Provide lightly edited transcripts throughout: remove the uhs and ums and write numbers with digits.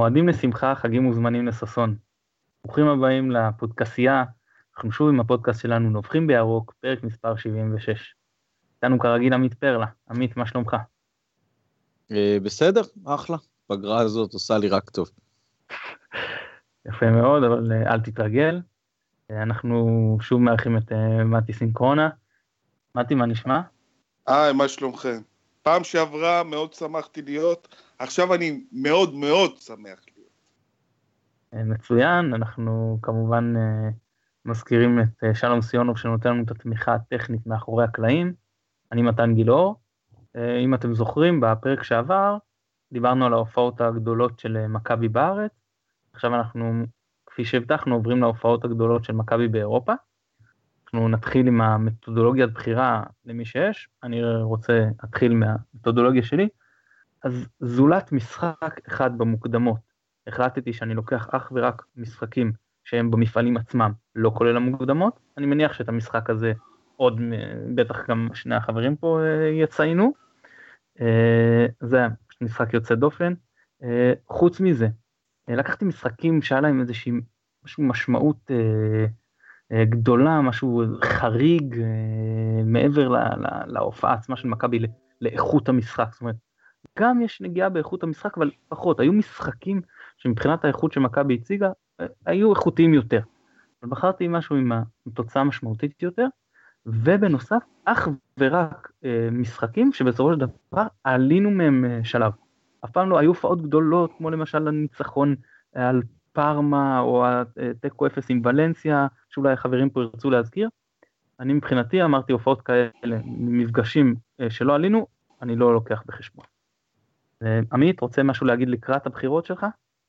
מועדים לשמחה, חגים וזמנים לששון. ברוכים הבאים לפודקאסייה, אנחנו שוב עם הפודקאסט שלנו נובחים בירוק, פרק מספר 76. איתנו כרגיל עמית פרלה. עמית, מה שלומך? בסדר, אחלה. פגרה הזאת עושה לי רק טוב. יפה מאוד, אבל אל תתרגל. אנחנו שוב מארחים את מתי סינקרונה. מתי, מה נשמע? מה שלומכם? פעם שעברה מאוד שמחתי להיות, עכשיו אני מאוד מאוד שמח להיות. מצוין, אנחנו כמובן מזכירים את שלום סיונוב שנותן לנו את התמיכה הטכנית מאחורי הקלעים. אני מתן גילאור. אם אתם זוכרים, בפרק שעבר דיברנו על ההופעות הגדולות של מכבי בארץ. עכשיו אנחנו, כפי שהבטחנו, עוברים להופעות הגדולות של מכבי באירופה. אנחנו נתחיל עם המתודולוגיית בחירה למי שיש. אני רוצה להתחיל מהמתודולוגיה שלי. אז זולת משחק אחד במוקדמות, החלטתי שאני לוקח אך ורק משחקים שהם במפעלים עצמם, לא כולל המוקדמות. אני מניח שאת המשחק הזה עוד בטח גם שני החברים פה יציינו. זה משחק יוצא דופן. חוץ מזה, לקחתי משחקים שהיה להם איזושהי משמעות גדולה, משהו חריג מעבר להופעה עצמה של מכבי לאיכות המשחק. זאת אומרת, גם יש נגיעה באיכות המשחק, אבל פחות. היו משחקים שמבחינת האיכות שמכבי הציגה, היו איכותיים יותר. אבל בחרתי משהו עם תוצאה משמעותית יותר, ובנוסף, אך ורק משחקים שבסופו של דבר עלינו מהם שלב. אף פעם לא היו הופעות גדולות, כמו למשל הניצחון על פארמה, או הטקו אפס עם ולנסיה, שאולי החברים פה ירצו להזכיר. אני מבחינתי אמרתי הופעות כאלה, מפגשים שלא עלינו, אני לא לוקח בחשבון. עמית, רוצה משהו להגיד לקראת הבחירות שלך?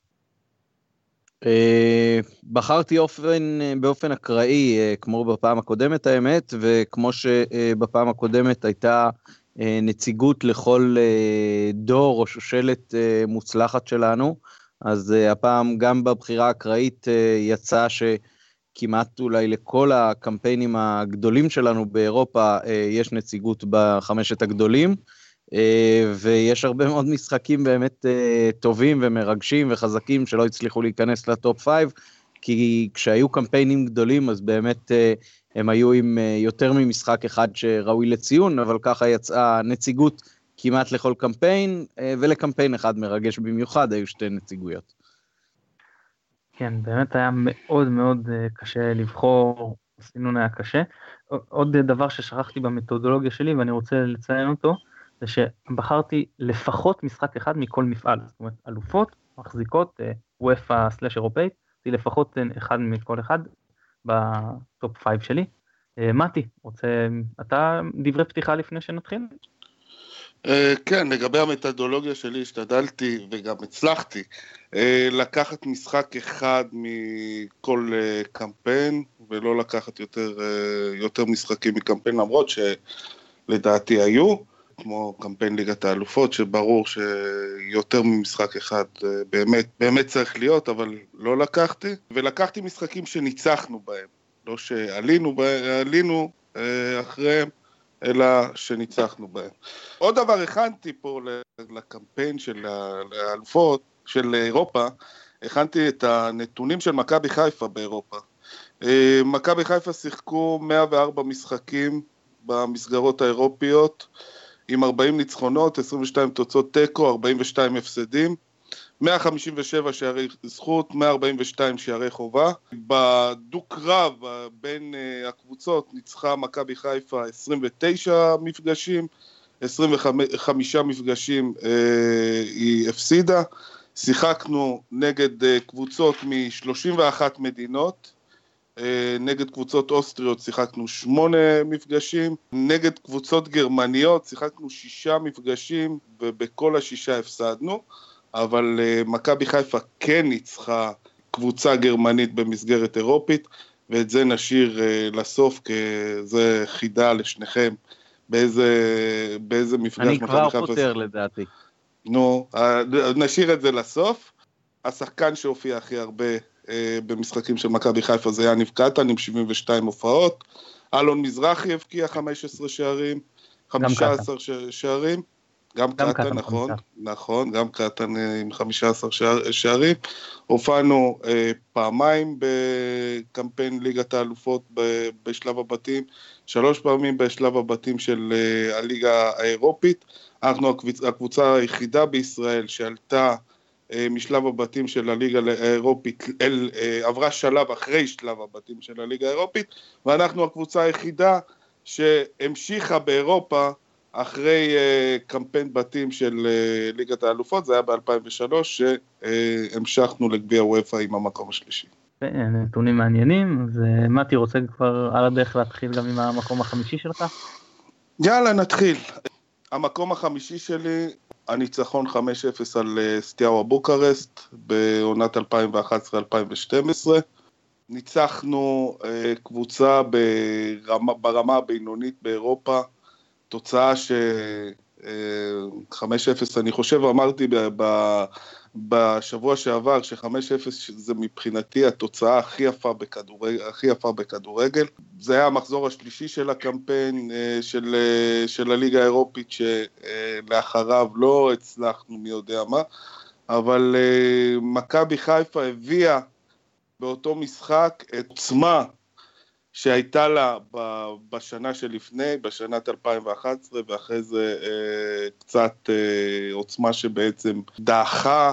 בחרתי באופן אקראי, כמו בפעם הקודמת האמת, וכמו שבפעם הקודמת הייתה נציגות לכל דור או שושלת מוצלחת שלנו, אז הפעם גם בבחירה האקראית יצא שכמעט אולי לכל הקמפיינים הגדולים שלנו באירופה יש נציגות בחמשת הגדולים, ויש הרבה מאוד משחקים באמת טובים ומרגשים וחזקים שלא הצליחו להיכנס לטופ 5, כי כשהיו קמפיינים גדולים אז באמת הם היו עם יותר ממשחק אחד שראוי לציון, אבל ככה יצאה נציגות כמעט לכל קמפיין, ולקמפיין אחד מרגש במיוחד היו שתי נציגויות. כן, באמת היה מאוד מאוד קשה לבחור, הסינון היה קשה. עוד דבר ששכחתי במתודולוגיה שלי ואני רוצה לציין אותו, זה שבחרתי לפחות משחק אחד מכל מפעל, זאת אומרת, אלופות, מחזיקות, UEFA/אירופאית, זה לפחות אחד מכל אחד בטופ 5 שלי. מתי, אתה דברי פתיחה לפני שנתחיל? כן, לגבי המתודולוגיה שלי השתדלתי וגם הצלחתי לקחת משחק אחד מכל קמפיין, ולא לקחת יותר משחקים מקמפיין, למרות שלדעתי היו, כמו קמפיין ליגת האלופות, שברור שיותר ממשחק אחד באמת צריך להיות, אבל לא לקחתי, ולקחתי משחקים שניצחנו בהם, לא שעלינו אחריהם, אלא שניצחנו בהם. עוד דבר הכנתי פה לקמפיין של האלופות, של אירופה, הכנתי את הנתונים של מכבי חיפה באירופה. מכבי חיפה שיחקו 104 משחקים במסגרות האירופיות, עם 40 ניצחונות, 22 תוצאות טקו, 42 הפסדים, 157 שערי זכות, 142 שערי חובה. בדוק רב בין הקבוצות ניצחה מכבי חיפה 29 מפגשים, 25 מפגשים היא הפסידה. שיחקנו נגד קבוצות מ-31 מדינות, נגד קבוצות אוסטריות שיחקנו 8 מפגשים, נגד קבוצות גרמניות שיחקנו 6 מפגשים, ובכל השישה הפסדנו. אבל מכבי חיפה כן ניצחה קבוצה גרמנית במסגרת אירופית, ואת זה נשאיר לסוף, כי זה חידה לשניכם, באיזה מפגש מכבי חיפה. אני כבר פותר לדעתי. נשאיר את זה לסוף. השחקן שהופיע הכי הרבה במשחקים של מכבי חיפה זה יניב קטן עם 72 הופעות, אלון מזרחי הבקיע 15 שערים, 15 שערים, גם קטן, נכון, גם קטן עם 15 שערים. הופענו פעמיים בקמפיין ליגת האלופות בשלב הבתים, 3 פעמים בשלב הבתים של הליגה האירופית. אנחנו הקבוצה היחידה בישראל שעלתה משלב הבתים של הליגה האירופית, עברה שלב אחרי שלב הבתים של הליגה האירופית, ואנחנו הקבוצה היחידה שהמשיכה באירופה אחרי קמפיין בתים של ליגת האלופות, זה היה ב-2003, שהמשכנו לגביע וופא עם המקום השלישי. נתונים מעניינים, אז מתי רוצה כבר על הדרך להתחיל גם עם המקום החמישי שלך? יאללה, נתחיל. המקום החמישי שלי, הניצחון 5-0 על סטיאבה בוקרשט, בעונת 2011-2012. ניצחנו קבוצה ברמה הבינונית באירופה, תוצאה 5-0, אני חושב, אמרתי בשבוע שעבר, ש5-0 זה מבחינתי התוצאה הכי יפה בכדורגל. זה היה המחזור השלישי של הקמפיין של הליגה האירופית, שלאחריו לא הצלחנו מי יודע מה, אבל מכבי חיפה הביאה באותו משחק את עוצמה שהייתה לה בשנה שלפני, בשנת 2011, ואחרי זה קצת עוצמה שבעצם דעכה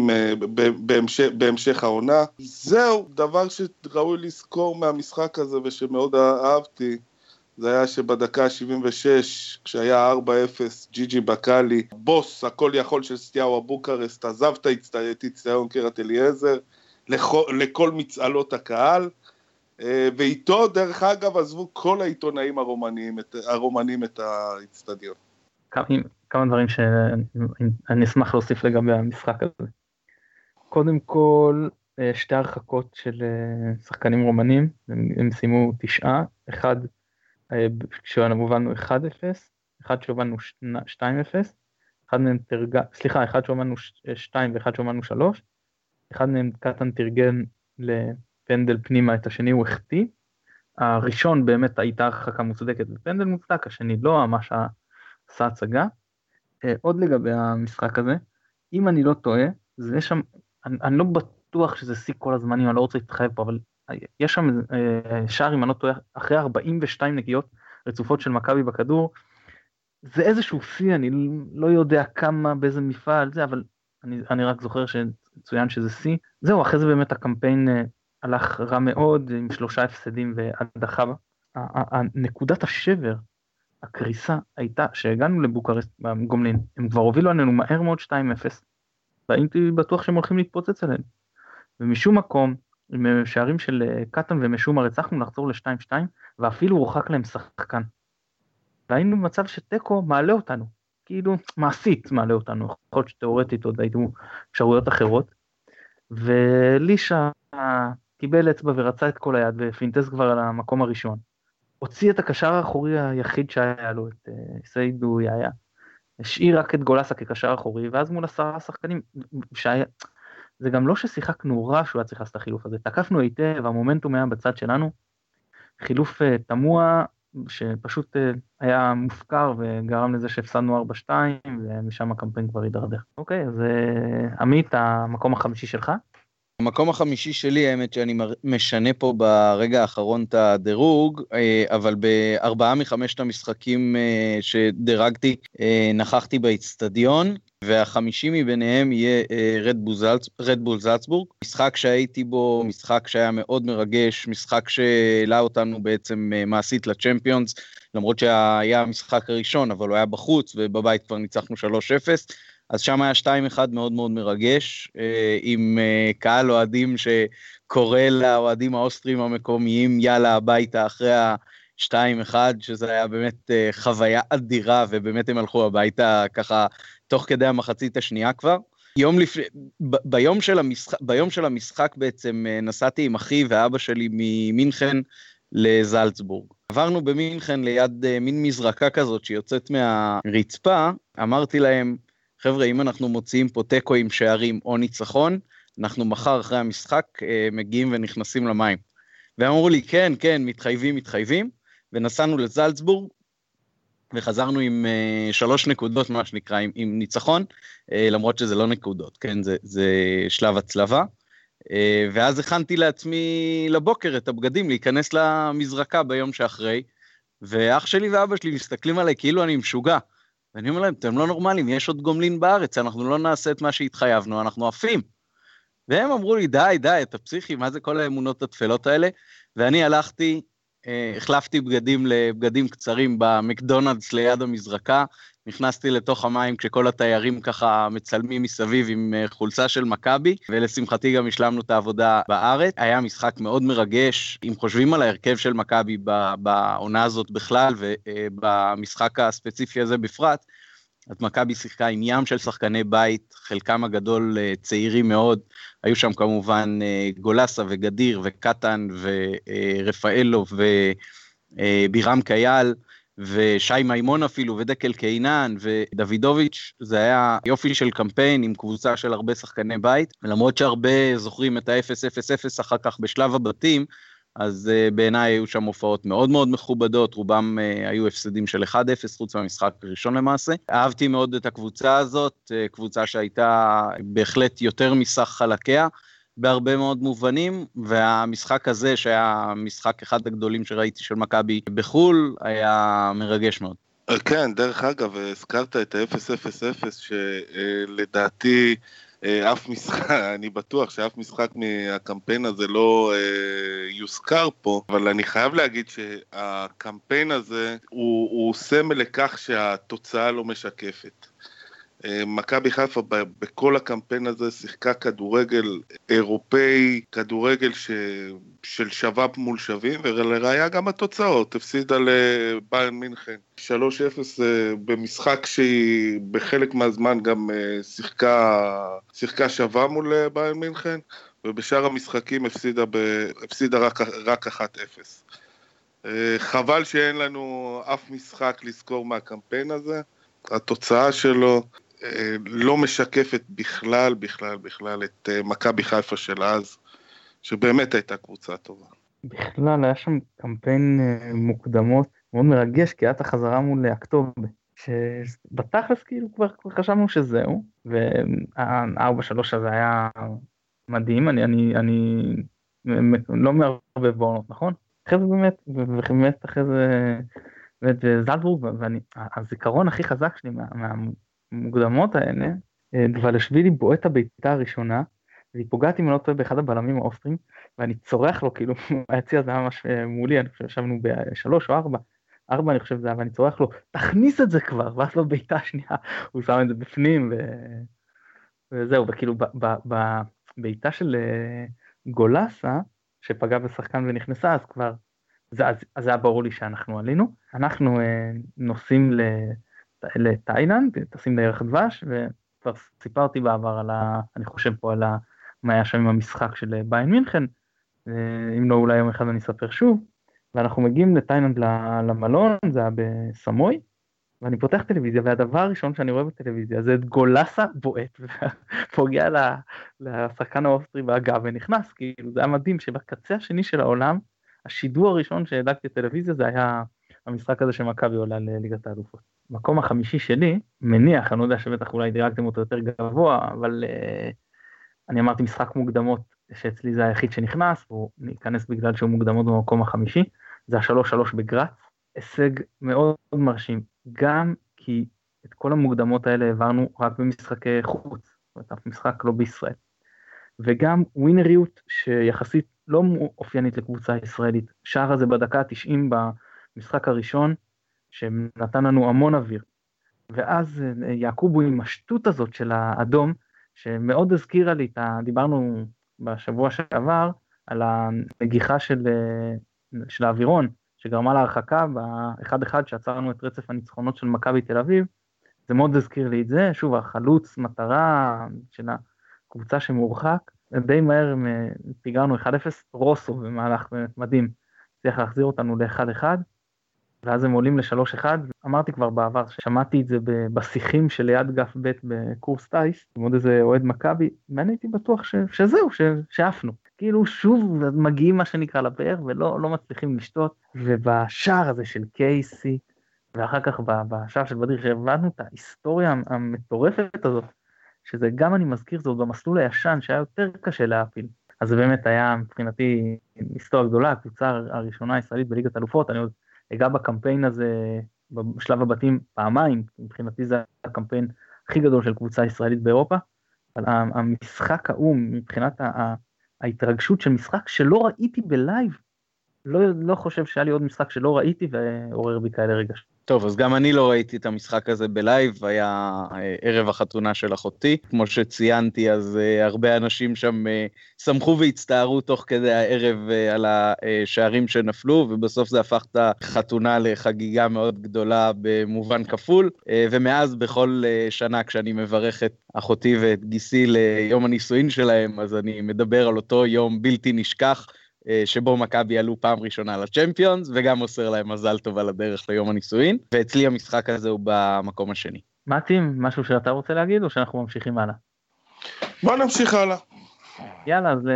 בהמשך העונה. זהו, דבר שראוי לזכור מהמשחק הזה ושמאוד אהבתי, זה היה שבדקה 76, כשהיה 4-0, ג'יג'י בקאלי, בוס הכל יכול של סטיאבה בוקרשט, עזב את אצטדיון קריית אליעזר, לכל מצעלות הקהל, ואיתו דרך אגב עזבו כל העיתונאים הרומנים את האצטדיון. כמה דברים שאני אשמח להוסיף לגבי המשחק הזה. קודם כל, 2 הרחקות של שחקנים רומנים, הם סיימו 9, אחד כשהובלנו 1-0, אחד שהובלנו 2-0, אחד שהובלנו 2 ואחד שהובלנו 3, אחד מהם קטן תרגן לפנדל פנימה, את השני הוא החטיא. הראשון באמת הייתה הרחקה מוצדקת בפנדל מוצדק, השני לא, ממש עשה הצגה. עוד לגבי המשחק הזה, אם אני לא טועה, זה שם, אני לא בטוח שזה שיא כל הזמנים, אני לא רוצה להתחייב פה, אבל יש שם שער, אם אני לא טועה, אחרי 42 נגיעות רצופות של מכבי בכדור, זה איזשהו שיא, אני לא יודע כמה, באיזה מפעל זה, אבל אני רק זוכר שצוין שזה שיא. זהו, אחרי זה באמת הקמפיין הלך רע מאוד, עם 3 הפסדים והדחה. נקודת השבר, הקריסה, הייתה שהגענו לבוקרשט בגומלין, הם כבר הובילו עלינו מהר מאוד 2-0, והייתי בטוח שהם הולכים להתפוצץ עליהם. ומשום מקום, עם שערים של קטן ומשומר, הצלחנו לחזור ל-2-2, ואפילו הורחק להם שחקן. והיינו במצב שטקו מעלה אותנו, כאילו מעשית מעלה אותנו, יכול להיות שתיאורטית עוד הייתו אפשרויות אחרות, ולישה קיבל אצבע ורצה את כל היד, ופינטס כבר על המקום הראשון, הוציא את הקשר האחורי היחיד שהיה לו, את סיידו יאיה, השאיר רק את גולסה כקשר אחורי, ואז מול 10 שחקנים, זה גם לא ששיחקנו רע שהוא היה צריך לעשות החילוף הזה, תקפנו היטב, המומנטום היה בצד שלנו, חילוף תמוה, שפשוט היה מופקר וגרם לזה שהפסדנו 4-2 ומשם הקמפיין כבר הידרדר. אוקיי, אז עמית, המקום החמישי שלך? המקום החמישי שלי, האמת שאני משנה פה ברגע האחרון את הדירוג, אבל ב4 מ5 המשחקים שדירגתי נכחתי באצטדיון, והחמישי מביניהם יהיה רדבול זלצבורג, משחק שהייתי בו, משחק שהיה מאוד מרגש, משחק שהעלה אותנו בעצם מעשית לצ'מפיונס, למרות שהיה המשחק הראשון, אבל הוא היה בחוץ, ובבית כבר ניצחנו 3-0, אז שם היה 2-1 מאוד מאוד מרגש, עם קהל אוהדים שקורא לאוהדים האוסטרים המקומיים, יאללה הביתה אחרי ה-2-1, שזה היה באמת חוויה אדירה, ובאמת הם הלכו הביתה ככה, תוך כדי המחצית השנייה כבר. ביום של המשחק בעצם נסעתי עם אחי ואבא שלי ממינכן לזלצבורג. עברנו במינכן ליד מין מזרקה כזאת שיוצאת מהרצפה, אמרתי להם, חבר'ה, אם אנחנו מוציאים פה תיקו עם שערים או ניצחון, אנחנו מחר אחרי המשחק מגיעים ונכנסים למים. והם אמרו לי, כן, מתחייבים, ונסענו לזלצבורג, וחזרנו עם 3 נקודות, מה שנקרא, עם ניצחון, למרות שזה לא נקודות, כן, זה שלב הצלבה, ואז הכנתי לעצמי לבוקר את הבגדים, להיכנס למזרקה ביום שאחרי, ואח שלי ואבא שלי מסתכלים עליי כאילו אני משוגע, ואני אומר להם, אתם לא נורמלים, יש עוד גומלין בארץ, אנחנו לא נעשה את מה שהתחייבנו, אנחנו עפים. והם אמרו לי, די, אתה פסיכי, מה זה כל האמונות התפלות האלה? ואני הלכתי, החלפתי בגדים לבגדים קצרים במקדונלדס ליד המזרקה, נכנסתי לתוך המים כשכל התיירים ככה מצלמים מסביב עם חולצה של מכבי, ולשמחתי גם השלמנו את העבודה בארץ. היה משחק מאוד מרגש, אם חושבים על ההרכב של מכבי בעונה הזאת בכלל, ובמשחק הספציפי הזה בפרט, אז מכבי שיחקה עם ים של שחקני בית, חלקם הגדול צעירים מאוד, היו שם כמובן גולסה וגדיר וקטן ורפאלו ובירם קייל, ושי מימון אפילו, ודקל קיינן, ודוידוביץ', זה היה יופי של קמפיין עם קבוצה של הרבה שחקני בית, ולמרות שהרבה זוכרים את ה-0-0-0 אחר כך בשלב הבתים, אז בעיניי היו שם הופעות מאוד מאוד מכובדות, רובם היו הפסדים של 1-0, חוץ מהמשחק הראשון למעשה. אהבתי מאוד את הקבוצה הזאת, קבוצה שהייתה בהחלט יותר מסך חלקיה, בהרבה מאוד מובנים, והמשחק הזה, שהיה משחק אחד הגדולים שראיתי של מכבי בחול, היה מרגש מאוד. כן, דרך אגב, הזכרת את ה-0-0-0, שלדעתי אף משחק, אני בטוח שאף משחק מהקמפיין הזה לא יוזכר פה, אבל אני חייב להגיד שהקמפיין הזה הוא סמל לכך שהתוצאה לא משקפת. מכבי חיפה בכל הקמפיין הזה שיחקה כדורגל אירופאי, כדורגל של שווה מול שווים, ולראיה גם התוצאות, הפסידה לביירן מינכן 3-0 במשחק שהיא בחלק מהזמן גם שיחקה שווה מול ביירן מינכן, ובשאר המשחקים הפסידה רק 1-0. חבל שאין לנו אף משחק לזכור מהקמפיין הזה, התוצאה שלו לא משקפת בכלל את מכבי חיפה של אז, שבאמת הייתה קבוצה טובה. בכלל היה שם קמפיין מוקדמות מאוד מרגש, כי הייתה חזרה מול אקטובר, שבתכלס כאילו כבר חשבנו שזהו, וה-4-3 הזה היה מדהים, אני לא מערבב בעונות, נכון? אחרי זה באמת אחרי זה זלצבורג, והזיכרון הכי חזק שלי מהמוקדמות האלה, דבלשווילי בועט הבעיטה הראשונה, והיא פוגעת אם לא טועה באחד הבלמים האוסטרים, ואני צורח לו, כאילו, היציע זה ממש מולי, אני חושב שבנו ב3 או 4 אני חושב זה היה, ואני צורח לו, תכניס את זה כבר, ואז לא בעיטה השנייה, הוא שם את זה בפנים, וזהו, וכאילו, בבעיטה של גולסה, שפגע בשחקן ונכנסה, אז כבר, אז היה ברור לי שאנחנו עלינו, אנחנו נוסעים לתאילנד, טסים לירח דבש, וכבר סיפרתי בעבר אני חושב פה על מה היה שם עם המשחק של ביירן מינכן, אם לא אולי יום אחד אני אספר שוב, ואנחנו מגיעים לתאילנד למלון, זה היה בסמוי, ואני פותח טלוויזיה, והדבר הראשון שאני רואה בטלוויזיה, זה את גולסה בועט, ופוגע לשחקן האוסטרי באגב, ונכנס, כאילו זה היה מדהים, שבקצה השני של העולם, השידור הראשון שהדלקתי טלוויזיה, זה היה המשחק הזה שמכבי עולה לליגת האלופות. מקום החמישי שלי, מניח, אני לא יודע שבטח אולי דירגתם אותו יותר גבוה, אבל אני אמרתי משחק מוקדמות, שאצלי זה היחיד שנכנס, והוא ניכנס בגלל שהוא מוקדמות במקום החמישי, זה ה3-3 בגרץ, הישג מאוד מרשים, גם כי את כל המוקדמות האלה העברנו רק במשחקי חוץ, זאת אומרת, אף משחק לא בישראל, וגם ווינריות שיחסית לא אופיינית לקבוצה ישראלית, שער הזה בדקה 90 במשחק הראשון, שנתן לנו המון אוויר, ואז יעקובו עם השטות הזאת של האדום, שמאוד הזכירה לי, דיברנו בשבוע שעבר, על הנגיחה של האווירון, שגרמה להרחקה ב-1-1 שעצרנו את רצף הניצחונות של מכבי תל אביב, זה מאוד הזכיר לי את זה, שוב החלוץ מטרה של הקבוצה שמורחק, די מהר פיגרנו 1-0, רוסו במהלך מדהים, צריך להחזיר אותנו ל-1-1, ואז הם עולים ל-3-1, אמרתי כבר בעבר, שמעתי את זה בשיחים שליד גף ב' בקורס טייס, עם עוד איזה אוהד מכבי, ואני הייתי בטוח שזהו, שאפנו. כאילו שוב מגיעים מה שנקרא לבאר, ולא מצליחים לשתות, ובשער הזה של קייסי, ואחר כך בשער של בדיר, שהבנו את ההיסטוריה המטורפת הזאת, שזה גם אני מזכיר, זה עוד במסלול הישן, שהיה יותר קשה להפיל. אז זה באמת היה מבחינתי היסטוריה גדולה, הקבוצה הראשונה הישראלית בליגת אלופות, אני עוד אגע בקמפיין הזה בשלב הבתים פעמיים, מבחינתי זה הקמפיין הכי גדול של קבוצה ישראלית באירופה, אבל המשחק מבחינת ההתרגשות של משחק שלא ראיתי בלייב, לא חושב שהיה לי עוד משחק שלא ראיתי ועורר בי כאלה רגש. טוב, אז גם אני לא ראיתי את המשחק הזה בלייב, היה ערב החתונה של אחותי, כמו שציינתי, אז הרבה אנשים שם שמחו והצטערו תוך כדי הערב על השערים שנפלו, ובסוף זה הפך את החתונה לחגיגה מאוד גדולה במובן כפול, ומאז בכל שנה כשאני מברך את אחותי ואת גיסי ליום הנישואין שלהם, אז אני מדבר על אותו יום בלתי נשכח, שבו מכבי עלו פעם ראשונה לצ'מפיונס, וגם מוסר להם מזל טוב על הדרך ליום הנישואין, ואצלי המשחק הזה הוא במקום השני. מתאים, משהו שאתה רוצה להגיד, או שאנחנו ממשיכים הלאה? בוא נמשיך הלאה. יאללה, אז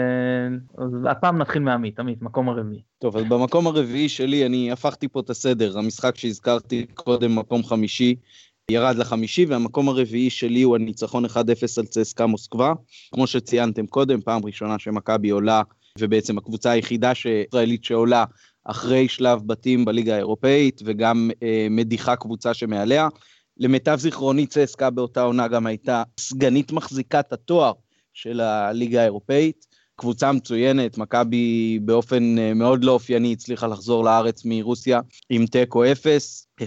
הפעם נתחיל עמית, מקום הרביעי. טוב, אז במקום הרביעי שלי, אני הפכתי פה את הסדר, המשחק שהזכרתי קודם, מקום חמישי, ירד לחמישי, והמקום הרביעי שלי הוא הניצחון 1-0 על צסקה מוסקבה, כמו שציינתם קודם, פעם ראשונה שמכבי עולה, ובעצם הקבוצה היחידה ישראלית שעולה אחרי שלב בתים בליגה האירופאית, וגם מדיחה קבוצה שמעליה. למיטב זיכרוני צסקה באותה עונה גם הייתה סגנית מחזיקת התואר של הליגה האירופאית, קבוצה מצוינת, מכבי באופן מאוד לא אופייני הצליחה לחזור לארץ מרוסיה עם תיקו 0, 1-0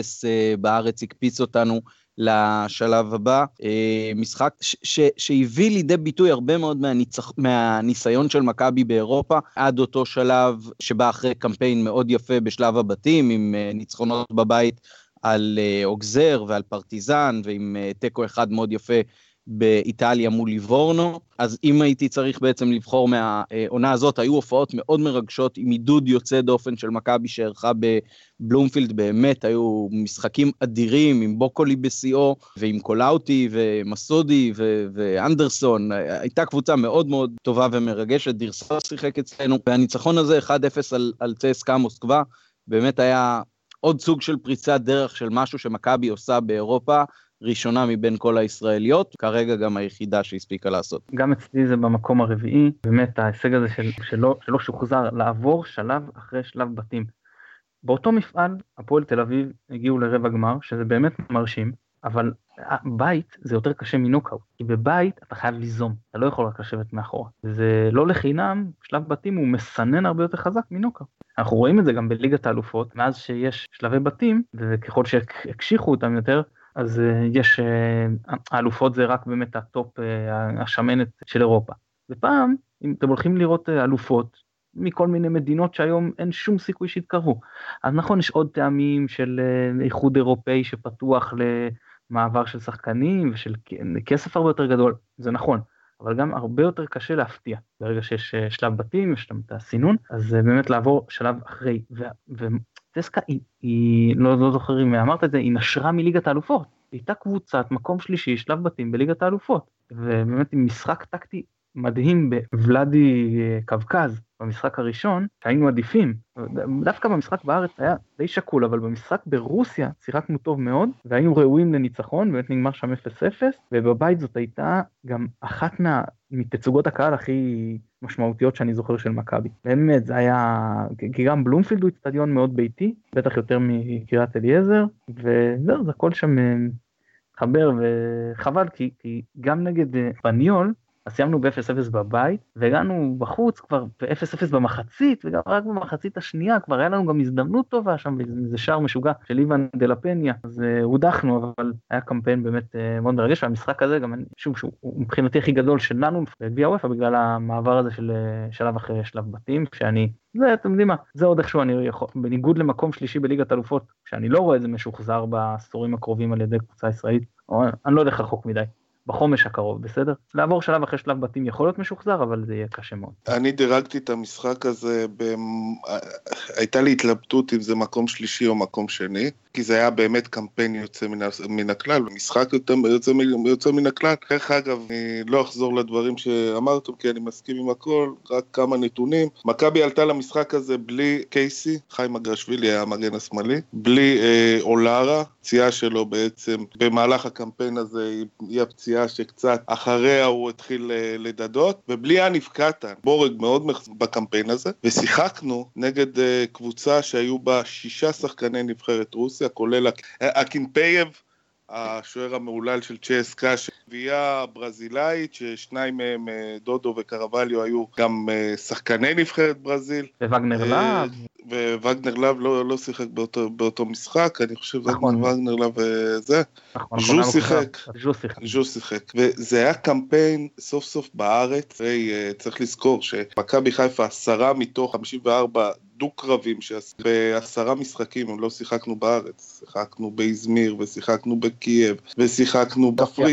בארץ הקפיץ אותנו לשלב הבא, משחק שהביא לידי ביטוי הרבה מאוד מהניסיון של מכבי באירופה, עד אותו שלב שבא אחרי קמפיין מאוד יפה בשלב הבתים, עם ניצחונות בבית על אוגזר ועל פרטיזן, ועם תיקו אחד מאוד יפה באיטליה מול ליבורנו. אז אם הייתי צריך בעצם לבחור מהעונה הזאת, היו הופעות מאוד מרגשות עם עידוד יוצא דופן של מכבי שערכה בבלומפילד, באמת היו משחקים אדירים עם בוקולי בסיאו ועם קולאוטי ומסודי ואנדרסון, הייתה קבוצה מאוד מאוד טובה ומרגשת, דירסה שיחק אצלנו, והניצחון הזה 1-0 על צסקה מוסקבה, באמת היה עוד סוג של פריצת דרך של משהו שמכבי עושה באירופה, ראשונה מבין כל הישראליות, כרגע גם היחידה שהספיקה לעשות. גם אצלי זה במקום הרביעי, באמת ההישג הזה שלא שוחזר, לעבור שלב אחרי שלב בתים. באותו מפעל, הפועל תל אביב הגיעו לרבע גמר, שזה באמת מרשים, אבל בית זה יותר קשה מנוקאוט, כי בבית אתה חייב ליזום, אתה לא יכול רק לשבת מאחורה. וזה לא לחינם, שלב בתים הוא מסנן הרבה יותר חזק מנוקאוט. אנחנו רואים את זה גם בליגת האלופות, מאז שיש שלבי בתים, וככל שהקשיחו אותם יותר, אז יש, האלופות זה רק באמת הטופ, השמנת של אירופה. ופעם, אם אתם הולכים לראות אלופות, מכל מיני מדינות שהיום אין שום סיכוי שיתקרבו. אז נכון, יש עוד טעמים של איחוד אירופאי שפתוח למעבר של שחקנים, ושל כסף הרבה יותר גדול, זה נכון. אבל גם הרבה יותר קשה להפתיע. ברגע שיש שלב בתים, יש שם את הסינון, אז באמת לעבור שלב אחרי, צסקה היא לא זוכר אם אמרת את זה, היא נשרה מליגת האלופות, היא הייתה קבוצת מקום שלישי, שלב בתים בליגת האלופות, ובאמת עם משחק טקטי מדהים בוולאדי קווקז, במשחק הראשון, שהיינו עדיפים, דווקא במשחק בארץ היה די שקול, אבל במשחק ברוסיה שיחקנו טוב מאוד, והיינו ראויים לניצחון, באמת נגמר שם 0-0, ובבית זאת הייתה גם אחת מתצוגות הקהל הכי משמעותיות שאני זוכר של מכבי. באמת זה היה, כי גם בלומפילד הוא אצטדיון מאוד ביתי, בטח יותר מקריית אליעזר, וזהו, זה הכל שם חבר, וחבל, כי גם נגד בניול, אז סיימנו ב-0-0 בבית, והגענו בחוץ כבר ב-0-0 במחצית, וגם רק במחצית השנייה, כבר היה לנו גם הזדמנות טובה שם, זה שער משוגע של איוון דלפניה, אז הודחנו, אבל היה קמפיין באמת מאוד מרגש, והמשחק הזה גם, שוב, שהוא מבחינתי הכי גדול שלנו, בגביע הוופא, בגלל המעבר הזה של שלב אחרי שלב בתים, שאני, זה, אתם יודעים מה, זה עוד איכשהו אני יכול, בניגוד למקום שלישי בליגת אלופות, שאני לא רואה איזה משוחזר בעשורים הקרובים על ידי קבוצה ישראלית, או אני לא הולך רחוק מדי. בחומש הקרוב, בסדר? לעבור שלב אחרי שלב בתים יכול להיות משוחזר, אבל זה יהיה קשה מאוד. אני דירגתי את המשחק הזה, הייתה לי התלבטות אם זה מקום שלישי או מקום שני, כי זה היה באמת קמפיין יוצא מן הכלל, ומשחק יוצא מן הכלל. דרך אגב, אני לא אחזור לדברים שאמרתם, כי אני מסכים עם הכל, רק כמה נתונים. מכבי עלתה למשחק הזה בלי קייסי, חיים אגרשווילי היה המגן השמאלי, בלי אולרה, פציעה שלו בעצם במהלך הקמפיין הזה היא הפציעה שקצת אחריה הוא התחיל לדדות, ובלי יניב קטן, בורג מאוד בקמפיין הזה, ושיחקנו נגד קבוצה שהיו בה 6 שחקני נבחרת רוסיה, כולל הקינפייב, השוער המעולל של צ'סקה, שביעה ברזילאית, ששניים מהם, דודו וקרווליו, היו גם שחקני נבחרת ברזיל. ווגנר להב. ווגנר להב לא שיחק באותו משחק, אני חושב וגנר להב וזה. ז'ו שיחק. וזה היה קמפיין סוף סוף בארץ, צריך לזכור שמכבי חיפה 10 מתוך 54 דו-קרבים, ב10 משחקים הם לא שיחקנו בארץ, שיחקנו באזמיר ושיחקנו בקייב ושיחקנו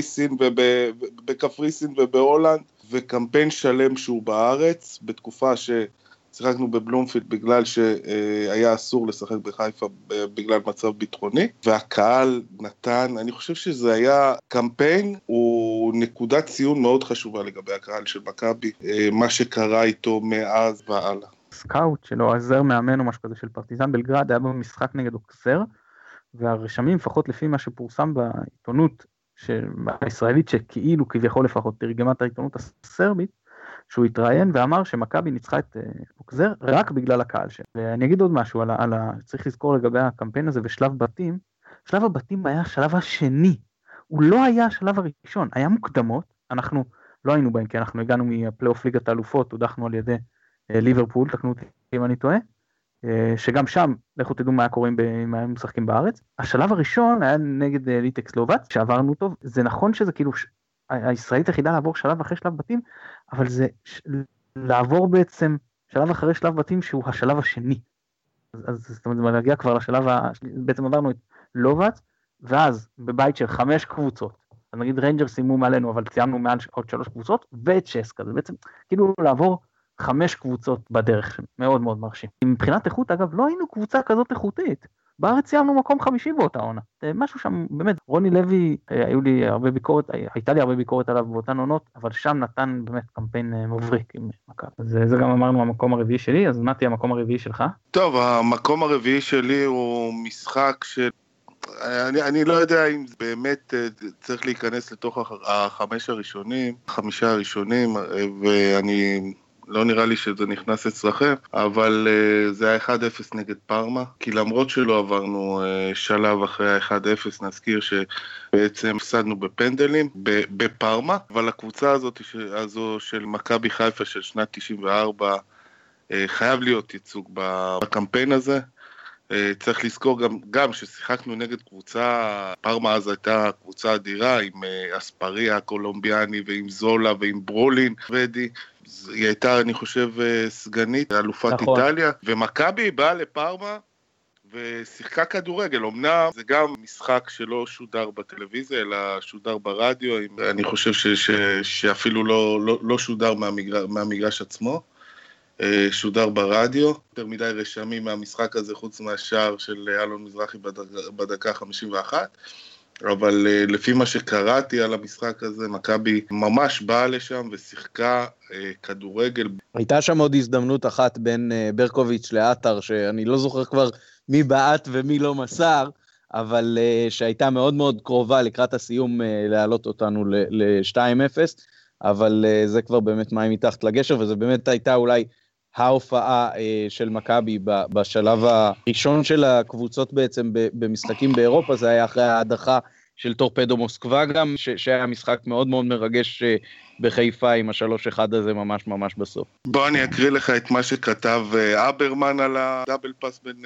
בקפריסין ובהולנד, וקמפיין שלם שהוא בארץ, בתקופה ששיחקנו בבלומפילד בגלל שהיה אסור לשחק בחיפה בגלל מצב ביטחוני, והקהל נתן, אני חושב שזה היה קמפיין, הוא נקודת ציון מאוד חשובה לגבי הקהל של מכבי, מה שקרה איתו מאז והלאה. סקאוט שלו, עזר מאמן או משהו כזה של פרטיזן בלגרד, היה במשחק נגד אוקסר, והרשמים, לפחות לפי מה שפורסם בעיתונות הישראלית, שכאילו כביכול לפחות תרגמה את העיתונות הסרבית, שהוא התראיין ואמר שמכבי ניצחה את אוקסר רק בגלל הקהל שלו. ואני אגיד עוד משהו, צריך לזכור לגבי הקמפיין הזה ושלב בתים, שלב הבתים היה השלב השני, הוא לא היה השלב הראשון, היה מוקדמות, אנחנו לא היינו בהם, כי אנחנו הגענו מהפלייאוף ליגת האלופות, הודחנו על ידי ליברפול, תקנו אותי אם אני טועה, שגם שם, לכו תדעו מה היה קוראים אם הם משחקים בארץ. השלב הראשון היה נגד ליטקס סלובאק, שעברנו טוב, זה נכון שזה כאילו, הישראלית היחידה לעבור שלב אחרי שלב בתים, אבל זה לעבור בעצם שלב אחרי שלב בתים, שהוא השלב השני. אז זאת אומרת, זה מגיע כבר לשלב, בעצם עברנו את לובאץ, ואז בבית של 5 קבוצות, אז נגיד ריינג'ר סיימו מעלינו, אבל ציימנו מעל עוד 3 קבוצות, וצ'סקה, זה בעצם כאילו לעבור 5 קבוצות בדרך, מאוד מאוד מרשים. מבחינת איכות, אגב, לא היינו קבוצה כזאת איכותית. בארץ סיימנו מקום 5 באותה עונה. משהו שם, באמת, רוני לוי, הייתה לי הרבה ביקורת עליו באותן עונות, אבל שם נתן באמת קמפיין מבריק עם מכבי. זה גם אמרנו המקום הרביעי שלי, אז מה תהיה המקום הרביעי שלך? טוב, המקום הרביעי שלי הוא משחק של... אני לא יודע אם באמת צריך להיכנס לתוך 5 הראשונים, ואני... לא נראה לי שזה נכנס אצלכם, אבל זה היה 1-0 נגד פארמה, כי למרות שלא עברנו שלב אחרי ה-1-0, נזכיר שבעצם הפסדנו בפנדלים בפארמה, אבל הקבוצה הזו של מכבי חיפה של שנת 94, חייב להיות ייצוג בקמפיין הזה. צריך לזכור גם ששיחקנו נגד קבוצה, פארמה אז הייתה קבוצה אדירה עם אספריה הקולומביאני ועם זולה ועם ברולין ודי, היא הייתה אני חושב סגנית אלופת נכון. איטליה, ומכבי באה לפארמה ושיחקה כדורגל. אמנם זה גם משחק שלא שודר בטלוויזיה אלא שודר ברדיו, אני חושב שאפילו לא שודר מהמגרש עצמו, שודר ברדיו, יותר מדי רשמים מהמשחק הזה חוץ מהשער של אלון מזרחי בדקה 51, אבל לפי מה שקראתי על המשחק הזה, מכבי ממש באה לשם ושיחקה כדורגל. הייתה שם עוד הזדמנות אחת בין ברקוביץ' לאתר, שאני לא זוכר כבר מי בעט ומי לא מסר, אבל שהייתה מאוד מאוד קרובה לקראת הסיום להעלות אותנו ל-2-0, אבל זה כבר באמת מים מתחת לגשר, וזה באמת הייתה אולי ההופעה של מכבי בשלב הראשון של הקבוצות בעצם במשחקים באירופה, זה היה אחרי ההדחה של טורפדו מוסקבה גם, שהיה משחק מאוד מאוד מרגש בחיפה עם ה-3-1 הזה ממש ממש בסוף. בוא אני אקריא לך את מה שכתב אברמן על הדאבל פאס בין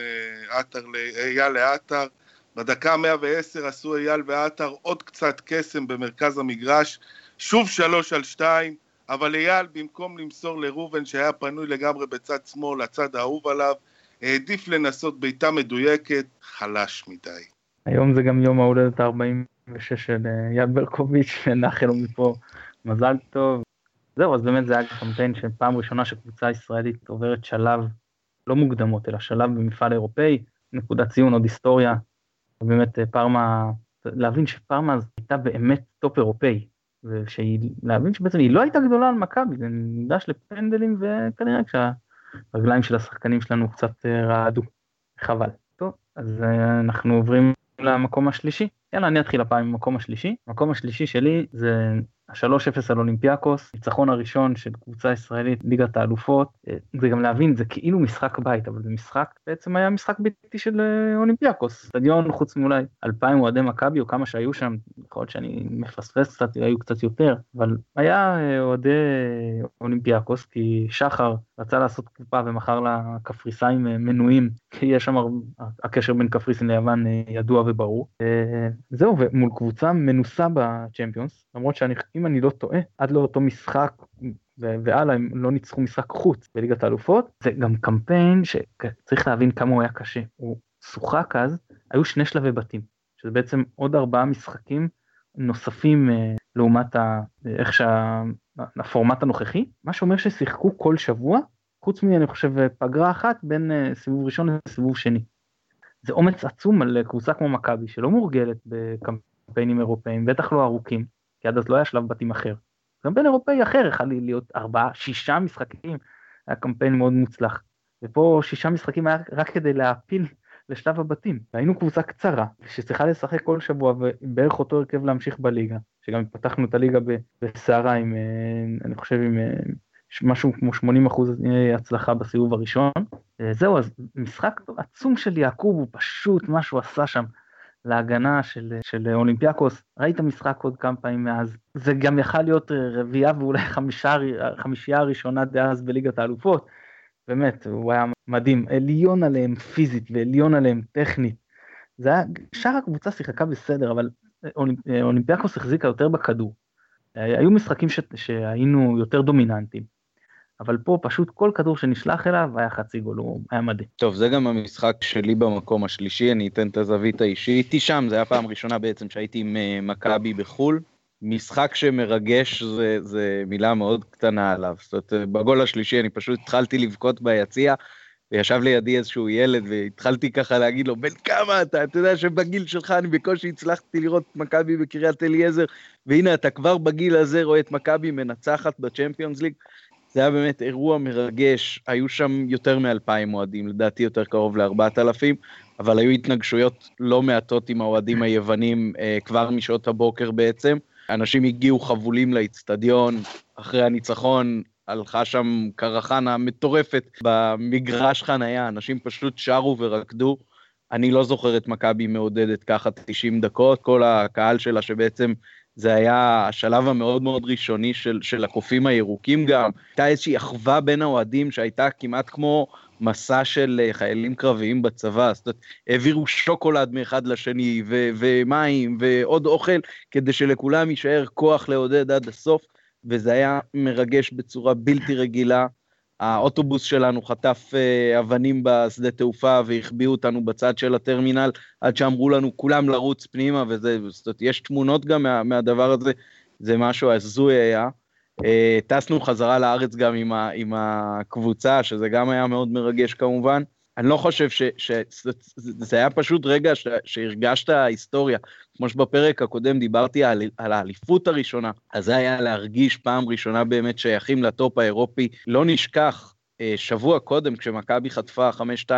אייל לאתר. בדקה 110 עשו אייל ואתר עוד קצת קסם במרכז המגרש, שוב 3-2, אבל אייל במקום למסור לרובן שהיה פנוי לגמרי בצד שמאל, הצד האהוב עליו, העדיף לנסות ביתה מדויקת, חלש מדי. היום זה גם יום ההולדת 40 ושש של יד ברקוביץ', נאחל לו מפה מזל טוב. זהו, אז באמת זה היה קמפיין שפעם ראשונה שקבוצה ישראלית עוברת שלב, לא מוקדמות, אלא שלב במפעל אירופאי, נקודת ציון, עוד היסטוריה, ובאמת פארמה, להבין שפארמה הייתה באמת טופ אירופאי, ולהבין שבעצם היא לא הייתה גדולה על מכבי, זה ניגש לפנדלים, וכנראה כשהרגליים של השחקנים שלנו קצת רעדו, חבל. טוב, אז אנחנו עוברים למקום השלישי. יאללה, אני אתחיל הפעם עם המקום השלישי. המקום השלישי שלי זה 3-0 על אולימפיאקוס, ניצחון הראשון של קבוצה ישראלית, ליגת האלופות. זה גם להבין, זה כאילו משחק בית, אבל זה משחק, בעצם היה משחק ביתי של אולימפיאקוס. סטדיון חוץ מאולי 2,000 אוהדי מכבי, או כמה שהיו שם, יכול להיות שאני מפספס קצת, היו קצת יותר, אבל היה אוהדי אולימפיאקוס, כי שחר רצה לעשות קופה ומכר לה קפריסאים מנויים, כי יש שם הקשר בין קפריסין ליוון ידוע וברור. זהו, ומול קבוצה מנוסה בצ'מפיונס, למרות שאם אני לא טועה, עד לאותו משחק והלאה הם לא ניצחו משחק חוץ בליגת האלופות. זה גם קמפיין שצריך להבין כמה הוא היה קשה. הוא שוחק אז, היו 2 שלבי בתים, שזה בעצם עוד 4 משחקים נוספים לעומת איך שהפורמט הנוכחי, מה שאומר ששיחקו כל שבוע, חוץ אני חושב פגרה אחת בין סיבוב ראשון לסיבוב שני. זה אומץ עצום על קבוצה כמו מכבי, שלא מורגלת בקמפיינים אירופאים, בטח לא ארוכים, כי עד אז לא היה שלב בתים אחר. גם בין אירופאי אחר, יכול להיות 4-6 משחקים, היה קמפיין מאוד מוצלח. ופה 6 משחקים היה רק כדי להפיל לשלב הבתים. והיינו קבוצה קצרה, שצריכה לשחק כל שבוע, ובערך אותו הרכב להמשיך בליגה, שגם פתחנו את הליגה בסערה עם, אני חושב עם משהו כמו 80% הצלחה בסיבוב הראשון. זהו, אז משחק עצום של יעקוב, הוא פשוט מה שהוא עשה שם להגנה של אולימפיאקוס. ראית משחק עוד כמה פעמים מאז, זה גם יכל להיות רביעייה ואולי חמישייה הראשונה דאז בליגת האלופות. באמת, הוא היה מדהים, עליון עליהם פיזית ועליון עליהם טכנית. זה היה, שאר הקבוצה שיחקה בסדר, אבל אולימפיאקוס החזיקה יותר בכדור. היו משחקים שהיינו יותר דומיננטיים. אבל פה פשוט כל כדור שנשלח אליו היה חצי גול, הוא היה מדהים. טוב, זה גם המשחק שלי במקום השלישי, אני אתן את הזווית האישית. הייתי שם, זה היה פעם ראשונה בעצם שהייתי עם מכבי בחול. משחק שמרגש זה מילה מאוד קטנה עליו. זאת אומרת, בגול השלישי אני פשוט התחלתי לבכות ביציע, וישב לידי איזשהו ילד, והתחלתי ככה להגיד לו, בן כמה אתה? אתה יודע שבגיל שלך אני בקושי הצלחתי לראות מכבי בקריית אליעזר, והנה אתה כבר בגיל הזה רואה את מכבי מנצחת בצ'מפיונס ליג. זה היה באמת אירוע מרגש, היו שם יותר מ2,000 מועדים, לדעתי יותר קרוב ל4,000, אבל היו התנגשויות לא מעטות עם האוהדים היוונים כבר משעות הבוקר בעצם. אנשים הגיעו חבולים לאצטדיון, אחרי הניצחון הלכה שם קרחנה מטורפת במגרש חנייה, אנשים פשוט שרו ורקדו. אני לא זוכר את מכבי מעודדת ככה 90 דקות, כל הקהל שלה שבעצם זה היה השלב המאוד מאוד ראשוני של הקופים הירוקים גם, הייתה איזושהי אחווה בין האוהדים שהייתה כמעט כמו מסע של חיילים קרביים בצבא, זאת אומרת, העבירו שוקולד מאחד לשני ומים ועוד אוכל, כדי שלכולם יישאר כוח לעודד עד הסוף, וזה היה מרגש בצורה בלתי רגילה. האוטובוס שלנו חטף אבנים בשדה תעופה והחביאו אותנו בצד של הטרמינל, עד שאמרו לנו כולם לרוץ פנימה, וזה, זאת אומרת, יש תמונות גם מהדבר הזה, זה משהו הזוי היה. טסנו חזרה לארץ גם עם הקבוצה, שזה גם היה מאוד מרגש כמובן. אני לא חושב שזה היה פשוט רגע שהרגשת ההיסטוריה, כמו שבפרק הקודם דיברתי על האליפות הראשונה, אז זה היה להרגיש פעם ראשונה באמת שייכים לטופ האירופי. לא נשכח, שבוע קודם כשמכבי חטפה 5-2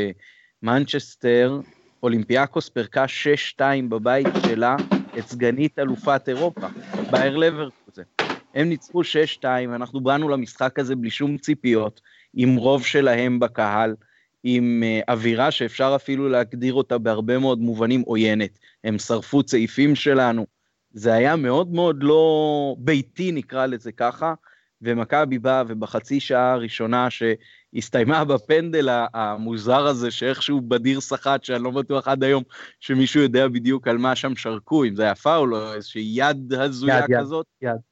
במנצ'סטר, אולימפיאקוס פרקה 6-2 בבית שלה את סגנית אלופת אירופה, באייר לברקוזן. הם ניצחו 6-2, אנחנו באנו למשחק הזה בלי שום ציפיות, עם רוב שלהם בקהל, עם אווירה שאפשר אפילו להגדיר אותה בהרבה מאוד מובנים עוינת. הם שרפו צעיפים שלנו, זה היה מאוד מאוד לא ביתי נקרא לזה ככה, ומכבי באה ובחצי שעה הראשונה שהסתיימה בפנדל המוזר הזה, שאיכשהו בדיר שחט, שאני לא בטוח עד היום שמישהו יודע בדיוק על מה שם שרקו, אם זה היה פאול או איזושהי יד הזויה כזאת,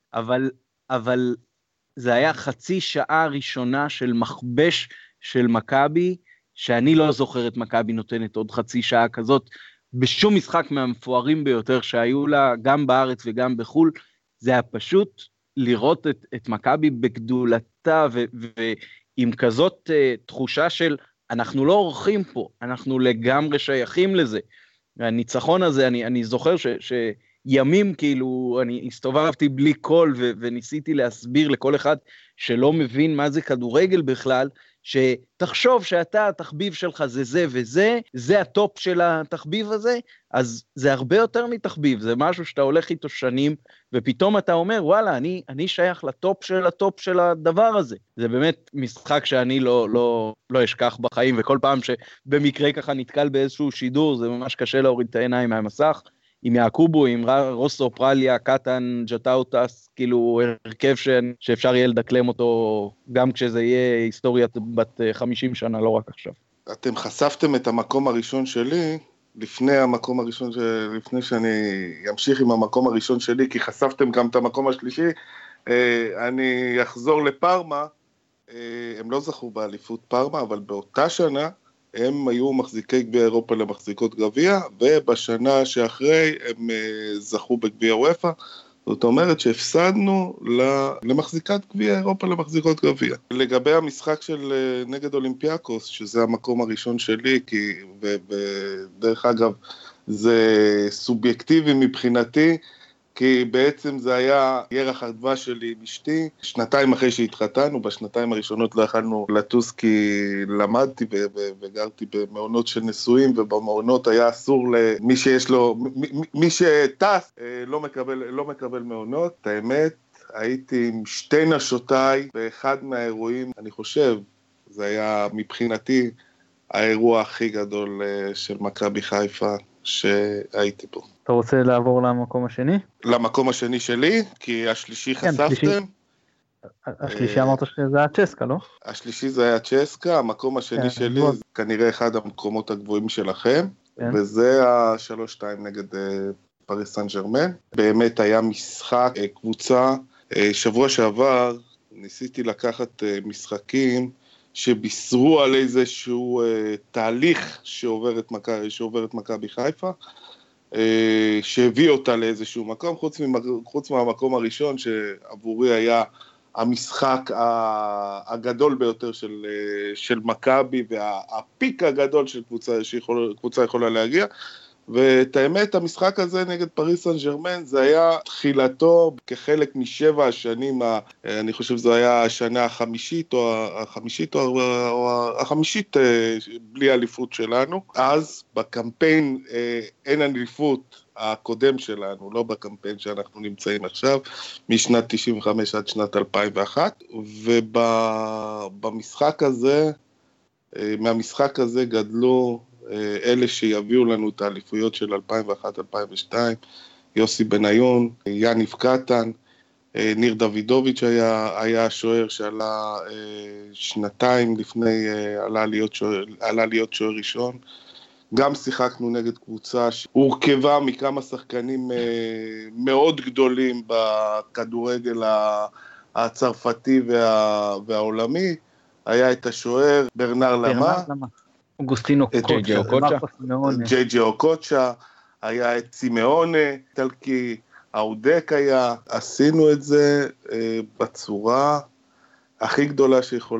אבל זה היה חצי שעה ראשונה של מכבש של מכבי, שאני לא זוכר את מכבי נותנת עוד חצי שעה כזאת, בשום משחק מהמפוארים ביותר שהיו לה, גם בארץ וגם בחול, זה היה פשוט לראות את מכבי בגדולתה, ועם כזאת תחושה של, אנחנו לא אורחים פה, אנחנו לגמרי שייכים לזה. והניצחון הזה, אני זוכר שימים כאילו, אני הסתובבתי בלי קול, וניסיתי להסביר לכל אחד שלא מבין מה זה כדורגל בכלל, שתחשוב שאתה, התחביב שלך זה זה וזה, זה הטופ של התחביב הזה, אז זה הרבה יותר מתחביב, זה משהו שאתה הולך איתו שנים, ופתאום אתה אומר, וואלה, אני שייך לטופ של הטופ של הדבר הזה. זה באמת משחק שאני לא אשכח בחיים, וכל פעם שבמקרה ככה נתקל באיזשהו שידור, זה ממש קשה להוריד את העיניים מהמסך, עם יעקובו, עם רוסו, פרליה, קטן, ג'טאוטס, כאילו הרכב שאפשר יהיה לדקלם אותו, גם כשזה יהיה היסטוריית בת 50 שנה, לא רק עכשיו. אתם חשפתם את המקום הראשון שלי, לפני שאני אמשיך עם המקום הראשון שלי, כי חשפתם גם את המקום השלישי, אני אחזור לפרמה, הם לא זכו באליפות פרמה, אבל באותה שנה, הם היו מחזיקי גביע אירופה למחזיקות גביע, ובשנה שאחרי הם זכו בגביע וופא, זאת אומרת שהפסדנו למחזיקת גביע אירופה למחזיקות גביע. לגבי המשחק של נגד אולימפיאקוס, שזה המקום הראשון שלי, ודרך אגב זה סובייקטיבי מבחינתי, כי בעצם זה היה ירח הדבש שלי עם אשתי, שנתיים אחרי שהתחתנו, בשנתיים הראשונות לא יכלנו לטוס כי למדתי וגרתי במעונות של נשואים, ובמעונות היה אסור למי שיש לו, מי שטס לא מקבל מעונות. את האמת, הייתי עם שתי נשותיי באחד מהאירועים, אני חושב, זה היה מבחינתי האירוע הכי גדול של מכבי חיפה שהייתי פה. אתה רוצה לעבור למקום השני? למקום השני שלי, כי השלישי חשפתם. השלישי אמרת שזה היה צ'סקה, לא? השלישי זה היה צ'סקה, המקום השני שלי זה כנראה אחד המקומות הגבוהים שלכם, וזה ה-3-2 נגד פריס סן ז'רמן. באמת היה משחק, קבוצה, שבוע שעבר ניסיתי לקחת משחקים שבישרו על איזשהו תהליך שעוברת מכבי חיפה, שהביא אותה לאיזשהו מקום, חוץ מהמקום הראשון שעבורי היה המשחק הגדול ביותר של מכבי, והפיק הגדול של קבוצה יכולה להגיע, ואת האמת, המשחק הזה נגד פריס סן ז'רמן, זה היה תחילתו כחלק משבע השנים, אני חושב זו היה השנה החמישית, או החמישית בלי אליפות שלנו. אז בקמפיין אין אליפות הקודם שלנו, לא בקמפיין שאנחנו נמצאים עכשיו, משנת 95 עד שנת 2001, ובמשחק הזה, מהמשחק הזה גדלו, אלה שיביאו לנו את האליפויות של 2001-2002, יוסי בניון, יניב קטן, ניר דוידוביץ' היה השוער שעלה שנתיים לפני, עלה להיות שוער ראשון. גם שיחקנו נגד קבוצה שהורכבה מכמה שחקנים מאוד גדולים בכדורגל הצרפתי והעולמי. היה את השוער ברנר למה. אוגוסטינו ג'יי אוקוצ'ה, היה את סימאונה, טלקי, האודק היה, עשינו את זה בצורה הכי גדולה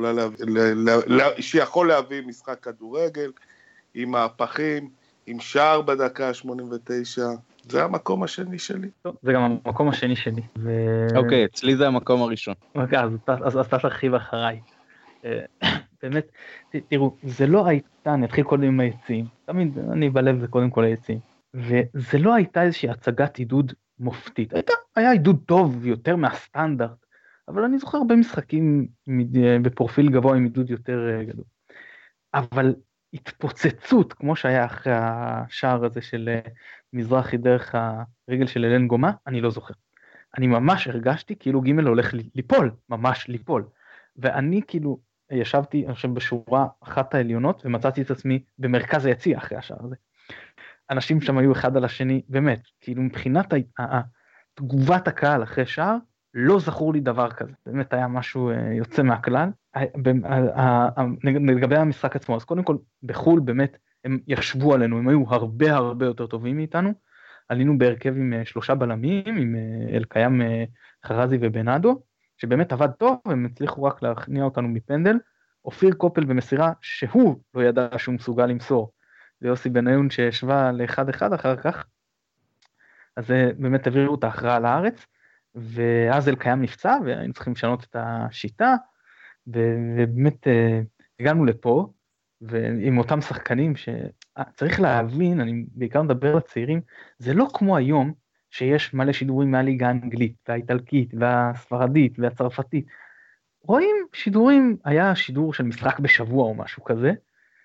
שיכול להביא משחק כדורגל, עם מהפכים, עם שער בדקה 89, זה המקום השני שלי. זה גם המקום השני שלי. אוקיי, אצלי זה המקום הראשון. אוקיי, אז אתה תרחיב אחריי. באמת, תראו, זה לא הייתה, אני אתחיל קודם עם היציעים, תמיד אני בלב זה קודם כל היציעים, וזה לא הייתה איזושהי הצגת עידוד מופתית, היה עידוד טוב יותר מהסטנדרט, אבל אני זוכר הרבה משחקים בפרופיל גבוה עם עידוד יותר גדול, אבל התפוצצות, כמו שהיה אחרי השער הזה של מזרחי דרך הרגל של אלן גומה, אני לא זוכר. אני ממש הרגשתי כאילו ג' הולך ליפול, ממש ליפול, ואני כאילו, ישבתי, אני חושב, בשורה אחת העליונות, ומצאתי את עצמי במרכז היציע אחרי השער הזה. אנשים שם היו אחד על השני, באמת, כאילו מבחינת תגובת הקהל אחרי שער, לא זכור לי דבר כזה. באמת היה משהו יוצא מהכלל. לגבי המשחק עצמו, אז קודם כל, בחול באמת הם ישבו עלינו, הם היו הרבה הרבה יותר טובים מאיתנו, עלינו בהרכב עם 3 בלמים, עם אלקיים, חרזי ובנאדו, שבאמת עבד טוב, הם הצליחו רק להכניע אותנו מפנדל, אופיר קופל במסירה שהוא לא ידע שהוא מסוגל למסור, ויוסי בניון שישבה ל1-1 אחר כך, אז באמת העבירו את ההכרעה לארץ, ואז אלקיים נפצע, והיינו צריכים לשנות את השיטה, ובאמת הגענו לפה, ועם אותם שחקנים שצריך להבין, אני בעיקר מדבר לצעירים, זה לא כמו היום שיש מלא שידורים מהליגה האנגלית, והאיטלקית, והספרדית, והצרפתית. רואים שידורים, היה שידור של משחק בשבוע או משהו כזה,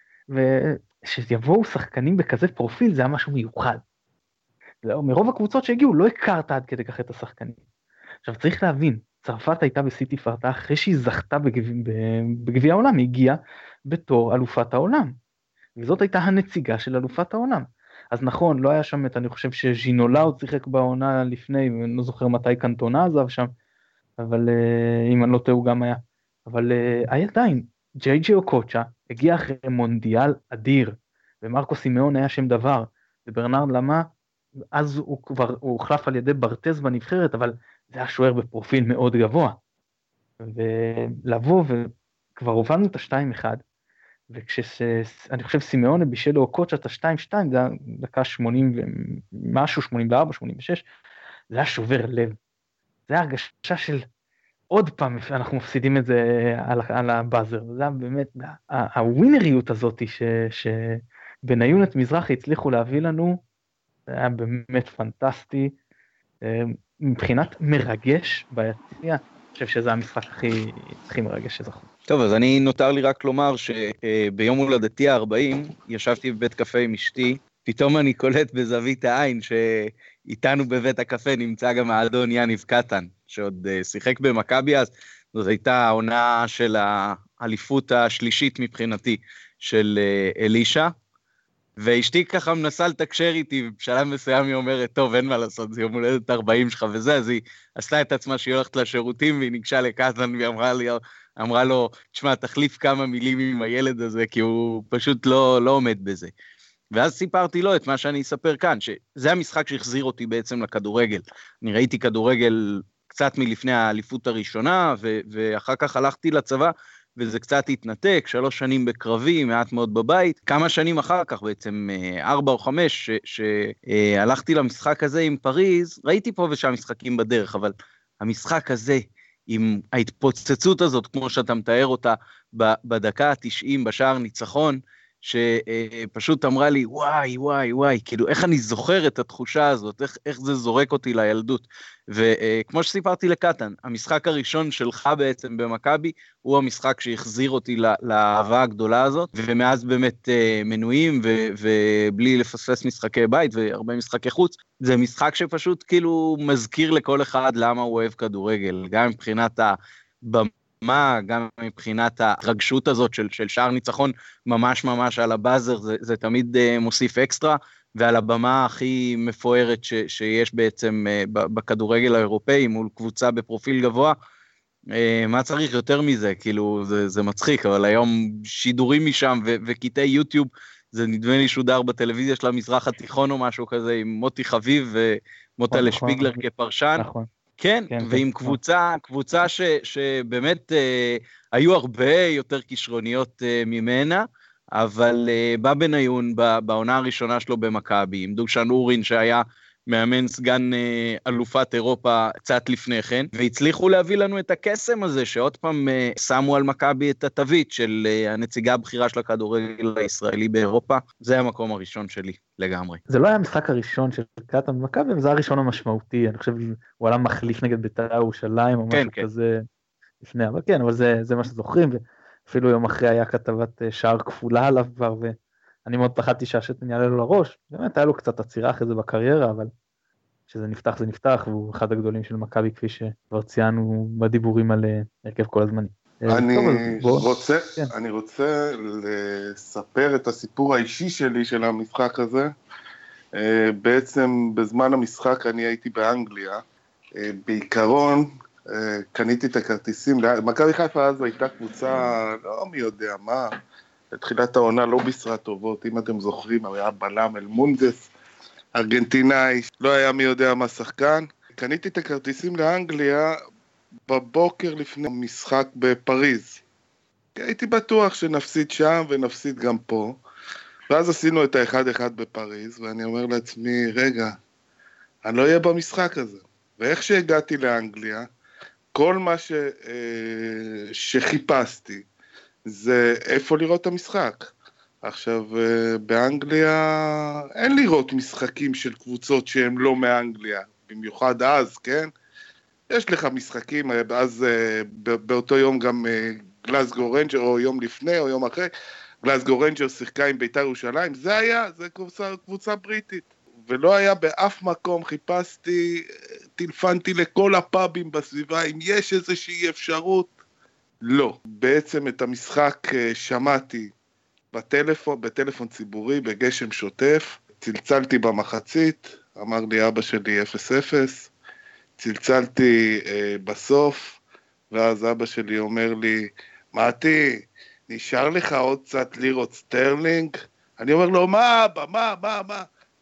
ושיבואו שחקנים בכזה פרופיל זה היה משהו מיוחד. מרוב הקבוצות שהגיעו לא הכרת עד כדי כך את השחקנים. עכשיו צריך להבין, צרפת הייתה בסיטי פרטה אחרי שהיא זכתה בגביע העולם, היא הגיעה בתור אלופת העולם. וזאת הייתה הנציגה של אלופת העולם. אז נכון, לא היה שם אני חושב שז'ינולה עוד שיחק בעונה לפני, ואני לא זוכר מתי קנטונה עזב שם, אבל אם אני לא טועה הוא גם היה. אבל עדיין, ג'יי אוקוצ'ה הגיע אחרי מונדיאל אדיר, ומרקו סימאון היה שם דבר, וברנרד למה, אז הוא הוחלף על ידי ברטז בנבחרת, אבל זה היה שוער בפרופיל מאוד גבוה. ולבוא וכבר הובלנו את ה-2-1, וכשאני חושב סימאון בישל לו קוצ'ה את ה-2-2, זה היה דקה 80 ומשהו, 84, 86, זה היה שובר לב. זה היה הרגשה של עוד פעם אנחנו מפסידים את זה על הבאזר. זה היה באמת, הווינריות הזאת שבניון את מזרחי הצליחו להביא לנו, זה היה באמת פנטסטי, מבחינת מרגש ביציע, אני חושב שזה המשחק הכי מרגש שזכו. טוב, אז אני נותר לי רק לומר שביום הולדתי ה-40, ישבתי בבית קפה עם אשתי, פתאום אני קולט בזווית העין שאיתנו בבית הקפה נמצא גם האדון יניב קטן, שעוד שיחק במכבי אז, זאת הייתה העונה של האליפות השלישית מבחינתי של אלישה, ואשתי ככה מנסה לתקשר איתי, ובשלב מסוים היא אומרת, טוב, אין מה לעשות, זה יום הולדת 40 שלך וזה, אז היא עשתה את עצמה שהיא הולכת לשירותים, והיא ניגשה לקטן, והיא אמרה לו, תשמע, תחליף כמה מילים עם הילד הזה, כי הוא פשוט לא עומד בזה. ואז סיפרתי לו את מה שאני אספר כאן, שזה המשחק שהחזיר אותי בעצם לכדורגל. אני ראיתי כדורגל קצת מלפני האליפות הראשונה, ואחר כך הלכתי לצבא, וזה קצת התנתק, 3 שנים בקרבי, מעט מאוד בבית. כמה שנים אחר כך, בעצם 4 או 5, שהלכתי למשחק הזה עם פריז, ראיתי פה ושם משחקים בדרך, אבל המשחק הזה, עם ההתפוצצות הזאת, כמו שאתה מתאר אותה, בדקה ה-90 בשער ניצחון, שפשוט אמרה לי, וואי, כאילו איך אני זוכר את התחושה הזאת, איך זה זורק אותי לילדות, וכמו שסיפרתי לקטן, המשחק הראשון שלך בעצם במכבי, הוא המשחק שהחזיר אותי לאהבה הגדולה הזאת, ומאז באמת מנויים, ובלי לפספס משחקי בית, והרבה משחקי חוץ, זה משחק שפשוט כאילו מזכיר לכל אחד למה הוא אוהב כדורגל, גם מבחינת גם מבחינת ההתרגשות הזאת של שער ניצחון, ממש על הבאזר, זה תמיד מוסיף אקסטרה, ועל הבמה הכי מפוארת שיש בעצם בכדורגל האירופאי, מול קבוצה בפרופיל גבוה, מה צריך יותר מזה? כאילו, זה מצחיק, אבל היום שידורים משם וקטעי יוטיוב, זה נדמה לי שודר בטלוויזיה של המזרח התיכון או משהו כזה, עם מוטי חביב ומוטל שפיגלר כפרשן. נכון. כן, ועם קבוצה שבאמת היו הרבה יותר כישרוניות ממנה, אבל בא בניון בעונה הראשונה שלו במכבי, עם דושן אורין שהיה מאמן סגן אלופת אירופה קצת לפני כן, והצליחו להביא לנו את הקסם הזה, שעוד פעם שמו על מכבי את התווית של הנציגה הבכירה של הכדורגל הישראלי באירופה, זה המקום הראשון שלי לגמרי. זה לא היה המשחק הראשון של קטן במכבי, אבל זה הראשון המשמעותי, אני חושב הוא עלה מחליף נגד בית"ר ירושלים או משהו כזה לפני, אבל כן, אבל זה מה שזוכרים, ואפילו יום אחרי היה כתבת שער כפולה עליו כבר, אני מאוד פחדתי שהשטן יעלה לו לראש, באמת היה לו קצת עצירה אחרי זה בקריירה, אבל כשזה נפתח זה נפתח, והוא אחד הגדולים של מכבי, כפי שכבר ציינו בדיבורים על הרכב כל הזמן. אני רוצה לספר את הסיפור האישי שלי של המשחק הזה. בעצם בזמן המשחק אני הייתי באנגליה, בעיקרון קניתי את הכרטיסים, מכבי חיפה אז הייתה קבוצה לא מי יודע מה, בתחילת העונה לא בישרה טובות, אם אתם זוכרים, היה בלם אל מונדס, ארגנטינאי, לא היה מי יודע מה שחקן. קניתי את הכרטיסים לאנגליה בבוקר לפני המשחק בפריז. הייתי בטוח שנפסיד שם ונפסיד גם פה, ואז עשינו את ה-1-1 בפריז, ואני אומר לעצמי, רגע, אני לא אהיה במשחק הזה. ואיך שהגעתי לאנגליה, כל מה שחיפשתי, זה איפה לראות את המשחק. עכשיו, באנגליה אין לראות משחקים של קבוצות שהן לא מאנגליה, במיוחד אז, כן? יש לך משחקים, אז באותו יום גם גלאסגו רנג'ר, או יום לפני, או יום אחרי, גלאסגו רנג'ר שיחקה עם בית"ר ירושלים, זה קבוצה בריטית. ולא היה באף מקום, חיפשתי, טלפנתי לכל הפאבים בסביבה, אם יש איזושהי אפשרות, לא. בעצם את המשחק שמעתי בטלפון ציבורי, בגשם שוטף, צלצלתי במחצית, אמר לי אבא שלי 0-0, צלצלתי בסוף, ואז אבא שלי אומר לי, מתי, נשאר לך עוד קצת לירות סטרלינג? אני אומר לו, מה אבא, מה?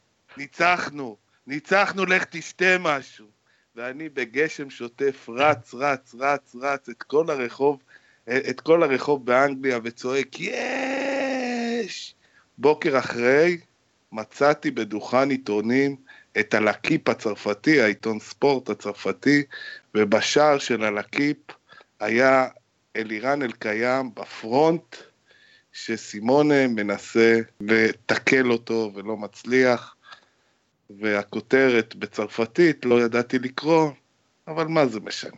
ניצחנו, לך תשתה משהו. ואני בגשם שוטף רץ את כל הרחוב באנגליה וצועק, יש! בוקר אחרי מצאתי בדוכן עיתונים את הלקיפ הצרפתי, העיתון ספורט הצרפתי, ובשער של הלקיפ היה אלירן אלקיים בפרונט, שסימונה מנסה לתקל אותו ולא מצליח, והכותרת בצרפתית לא ידעתי לקרוא, אבל מה זה משנה?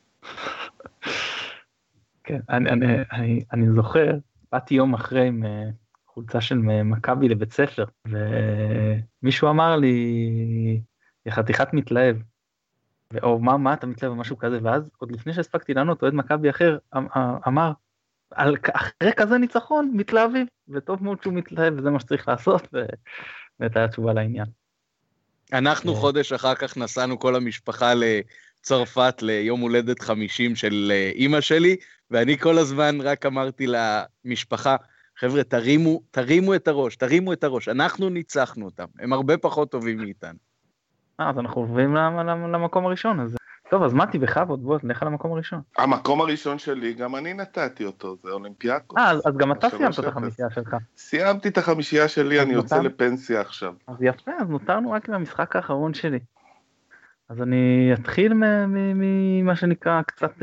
כן, אני זוכר, באתי יום אחרי עם חולצה של מכבי לבית ספר, ומישהו אמר לי, חתיכת מתלהב, או מה אתה מתלהב, משהו כזה, ואז עוד לפני שהספקתי לענות, אוהד מכבי אחר אמר, אחרי כזה ניצחון, מתלהבים, וטוב מאוד שהוא מתלהב, וזה מה שצריך לעשות, ואת התשובה לעניין. אנחנו חודש אחר כך נסענו כל המשפחה לצרפת ליום הולדת 50 של אמא שלי, ואני כל הזמן רק אמרתי למשפחה, חבר'ה, תרימו את הראש, אנחנו ניצחנו אותם, הם הרבה פחות טובים מאיתנו. אז אנחנו עוברים למקום הראשון, אז טוב, אז מתי בכבוד, בוא, נלך למקום הראשון. המקום הראשון שלי, גם אני נתתי אותו, זה אולימפיאקוס. אז גם אתה סיימת את החמישייה שלך. סיימתי את החמישייה שלי, אני יוצא לפנסיה עכשיו. אז יפה, אז נותרנו רק עם המשחק האחרון שלי. אז אני אתחיל ממה שנקרא קצת,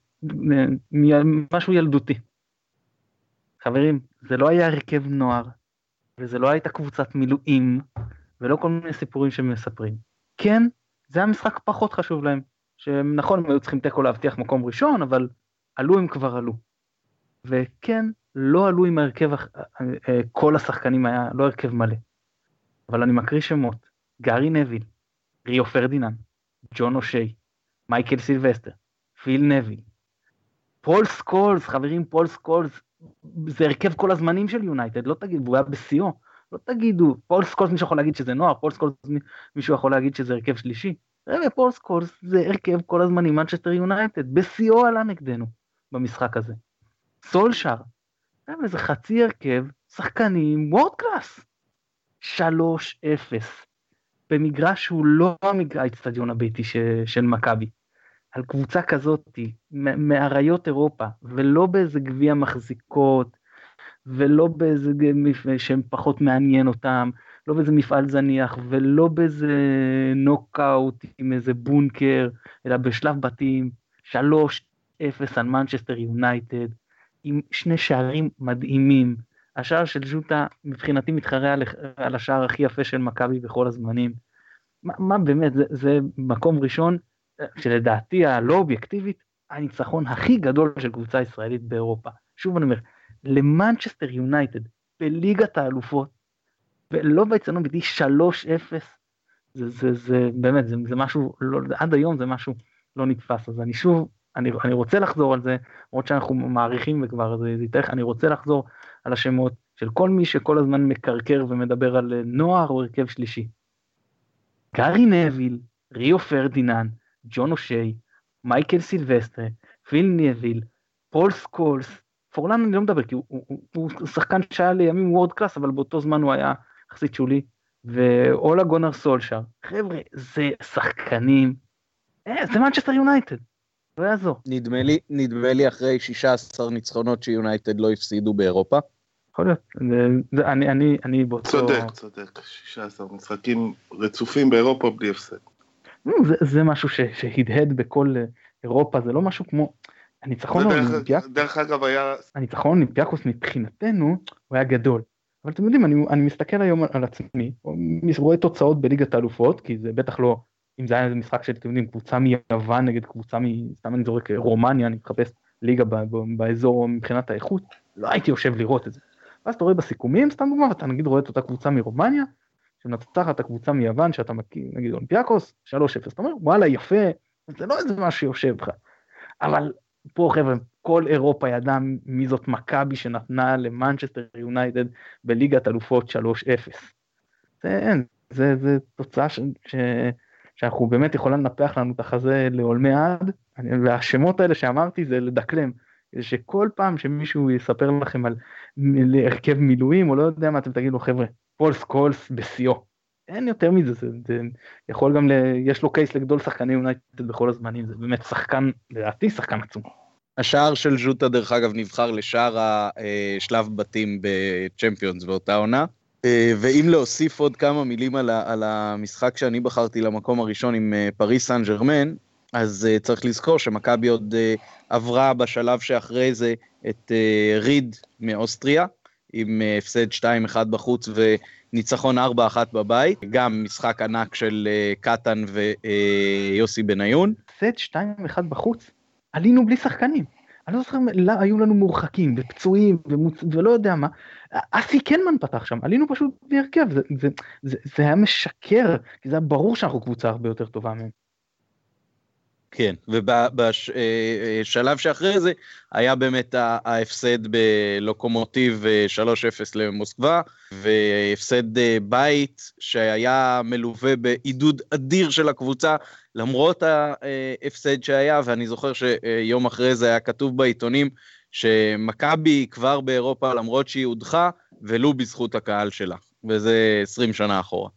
משהו ילדותי. חברים, זה לא היה הרכב נוער, וזה לא הייתה קבוצת מילואים, ולא כל מיני סיפורים שמספרים. כן, זה המשחק פחות חשוב להם, שנכון, הם היו צריכים תיקו להבטיח מקום ראשון, אבל עלו הם כבר עלו. וכן, לא עלו עם הרכב, כל השחקנים היה לא הרכב מלא. אבל אני מקריא שמות, גארי נביל, ריו פרדיננד, ג'ון אושי, מייקל סילבסטר, פיל נביל, פול סקולס, חברים, פול סקולס, זה הרכב כל הזמנים של יונייטד, לא תגידו, הוא היה בשיאו, לא תגידו, פול סקולס מישהו יכול להגיד שזה נוער, פול סקולס מישהו יכול להגיד שזה הרכב שלישי, פול סקולס זה הרכב כל הזמנים, מנצ'סטר יונייטד, בשיאו עלה נגדנו במשחק הזה. סולשר, איזה חצי הרכב, שחקנים, וורד קלאס, 3-0, במגרש שהוא לא האצטדיון הביתי של מכבי, על קבוצה כזאת, מאריות אירופה, ולא באיזה גביע מחזיקות, ולא באיזה שהם פחות מעניין אותם, לא באיזה מפעל זניח, ולא באיזה נוקאוט עם איזה בונקר, אלא בשלב בתים, 3-0 על מנצ'סטר יונייטד, עם שני שערים מדהימים, השער של ז'וטה מבחינתי מתחרה על השער הכי יפה של מכבי בכל הזמנים, מה באמת, זה מקום ראשון, שלדעתי הלא אובייקטיבית, הניצחון הכי גדול של קבוצה ישראלית באירופה. שוב אני אומר, למנצ'סטר יונייטד, בליגת האלופות, ולא באצטדיון ביתי 3-0, זה באמת, זה משהו, עד היום זה משהו לא נתפס, אז אני רוצה לחזור על זה, למרות שאנחנו מעריכים וכבר זה יתך, אני רוצה לחזור על השמות של כל מי שכל הזמן מקרקר ומדבר על נוער או הרכב שלישי. גארי נביל, ריו פרדיננד, ג'ון אושי, מייקל סילבסטרה, פיל נביל, פול סקולס, פורלן אני לא מדבר, כי הוא שחקן שהיה לימים וורד קלאס, אבל באותו זמן הוא היה יחסית שולי, ואולה גונר סולשר, חבר'ה, זה שחקנים, זה מנצ'סטר יונייטד, לא יעזור. נדמה לי אחרי 16 ניצחונות שיונייטד לא הפסידו באירופה. יכול להיות, אני באותו... צודק, 16 משחקים רצופים באירופה בלי הפסד. זה משהו שהדהד בכל אירופה, זה לא משהו כמו... דרך אגב היה... הניצחון אולימפיאקוס מבחינתנו, הוא היה גדול. אבל אתם יודעים, אני מסתכל היום על עצמי, רואה תוצאות בליגת האלופות, כי זה בטח לא, אם זה היה איזה משחק של, אתם יודעים, קבוצה מיוון נגד קבוצה סתם אני זורק רומניה, אני מחפש ליגה באזור מבחינת האיכות, לא הייתי יושב לראות את זה. ואז אתה רואה בסיכומים, סתם דוגמה, ואתה נגיד רואה את אותה קבוצה מרומניה, שמנצחת את הקבוצה מיוון, שאתה מכיר, נגיד אולימפיאקוס, 3-0, אתה אומר, וואלה, יפה, זה לא איזה משהו שיושב לך. אבל פה חבר'ה, כל אירופה ידעה מי זאת מכבי שנתנה למנצ'סטר יונייטד בליגת אלופות 3-0. זה תוצאה שאנחנו באמת יכולים לנפח לנו את החזה לעולמי עד, והשמות האלה שאמרתי זה לדקלם, שכל פעם שמישהו יספר לכם על הרכב מילואים, או לא יודע מה, אתם תגידו, חבר'ה, פול סקולס בשיאו. אין יותר מזה, זה יכול גם, יש לו קייס לגדול שחקני יונייטד בכל הזמנים, זה באמת שחקן, לדעתי שחקן עצום. השער של ז'וטה דרך אגב נבחר לשער השלב בתים בצ'מפיונס באותה עונה, ואם להוסיף עוד כמה מילים על המשחק שאני בחרתי למקום הראשון עם פריס סן ז'רמן, אז צריך לזכור שמכבי עוד עברה בשלב שאחרי זה את ריד מאוסטריה, עם הפסד 2-1 בחוץ וניצחון 4-1 בבית, גם משחק ענק של קטן ויוסי בניון. הפסד 2-1 בחוץ, עלינו בלי שחקנים. אני לא זוכר, היו לנו מורחקים ופצועים ולא יודע מה, אסי קנמן פתח שם, עלינו פשוט בהרכב, זה היה משקר, כי זה היה ברור שאנחנו קבוצה הרבה יותר טובה מהם. כן, ובשלב שאחרי זה היה באמת ההפסד בלוקומוטיב 3-0 למוסקבה, והפסד בית שהיה מלווה בעידוד אדיר של הקבוצה, למרות ההפסד שהיה, ואני זוכר שיום אחרי זה היה כתוב בעיתונים, שמכבי כבר באירופה למרות שהיא הודחה, ולו בזכות הקהל שלה, וזה 20 שנה אחורה.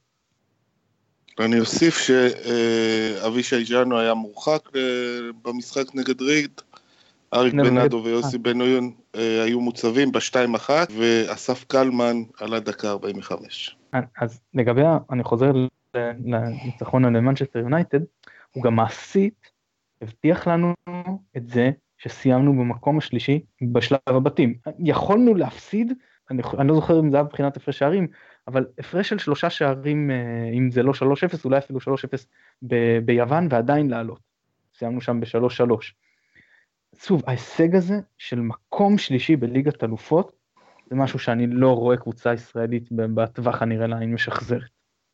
אני אוסיף שאבישי ז'אנו היה מורחק במשחק נגד ריד, אריק בנאדו ויוסי בניון היו מוצבים ב-2-1, ואסף קלמן על הדקה 45. אז לגבי, אני חוזר לניצחון על מנצ'סטר יונייטד, הוא גם מעשית הבטיח לנו את זה שסיימנו במקום השלישי בשלב הבתים. יכולנו להפסיד, אני לא זוכר אם זה היה בבחינת הפרש שערים, אבל הפרש של 3 שערים, אם זה לא 3-0, אולי אפילו 3-0 ביוון, ועדיין לעלות. סיימנו שם ב-3-3. שוב, ההישג הזה של מקום שלישי בליגת אלופות, זה משהו שאני לא רואה קבוצה ישראלית בטווח הנראה לעין משחזרת.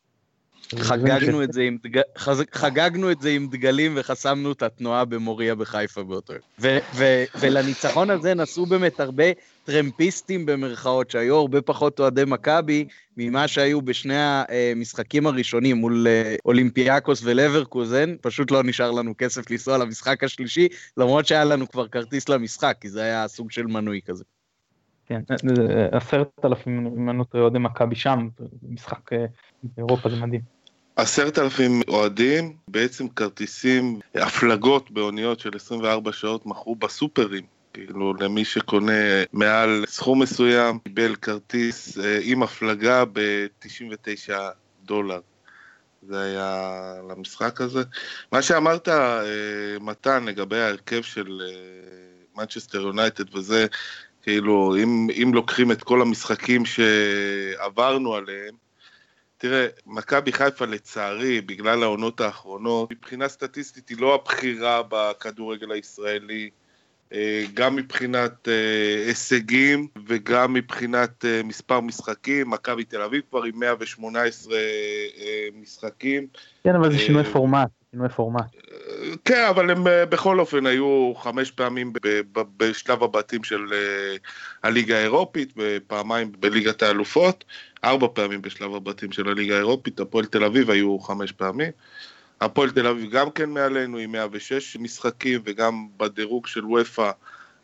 חגגנו את זה עם דגלים וחסמנו את התנועה במוריה בחיפה באותו. ולניצחון הזה נסעו באמת הרבה טרמפיסטים במרכאות, שהיו הרבה פחות אוהדי מכבי ממה שהיו בשני המשחקים הראשונים מול אולימפיאקוס ולברקוזן. פשוט לא נשאר לנו כסף לנסוע למשחק השלישי, למרות שהיה לנו כבר כרטיס למשחק, כי זה היה סוג של מנוי כזה. כן, 10,000 אוהדי מכבי שם, משחק באירופה זה מדהים. 10,000 אוהדים, בעצם כרטיסים, הפלגות באוניות של 24 שעות מכרו בסופרים, כאילו למי שקונה מעל סכום מסוים, קיבל כרטיס עם הפלגה ב$99. זה היה למשחק הזה. מה שאמרת, מתן, לגבי ההרכב של מנצ'סטר יונייטד, וזה כאילו, אם לוקחים את כל המשחקים שעברנו עליהם, תראה, מכבי חיפה לצערי, בגלל העונות האחרונות, מבחינה סטטיסטית היא לא הבחירה בכדורגל הישראלי, גם מבחינת הישגים וגם מבחינת מספר משחקים. מכבי תל אביב כבר עם 118 משחקים. כן, אבל זה שינוי פורמט. כן, אבל הם בכל אופן היו 5 פעמים בשלב הבתים של הליגה האירופית, ופעמיים בליגת האלופות, 4 פעמים בשלב הבתים של הליגה האירופית. הפועל תל אביב היו 5 פעמים. הפועל תל אביב גם כן מעלינו עם 106 משחקים, וגם בדירוג של וופא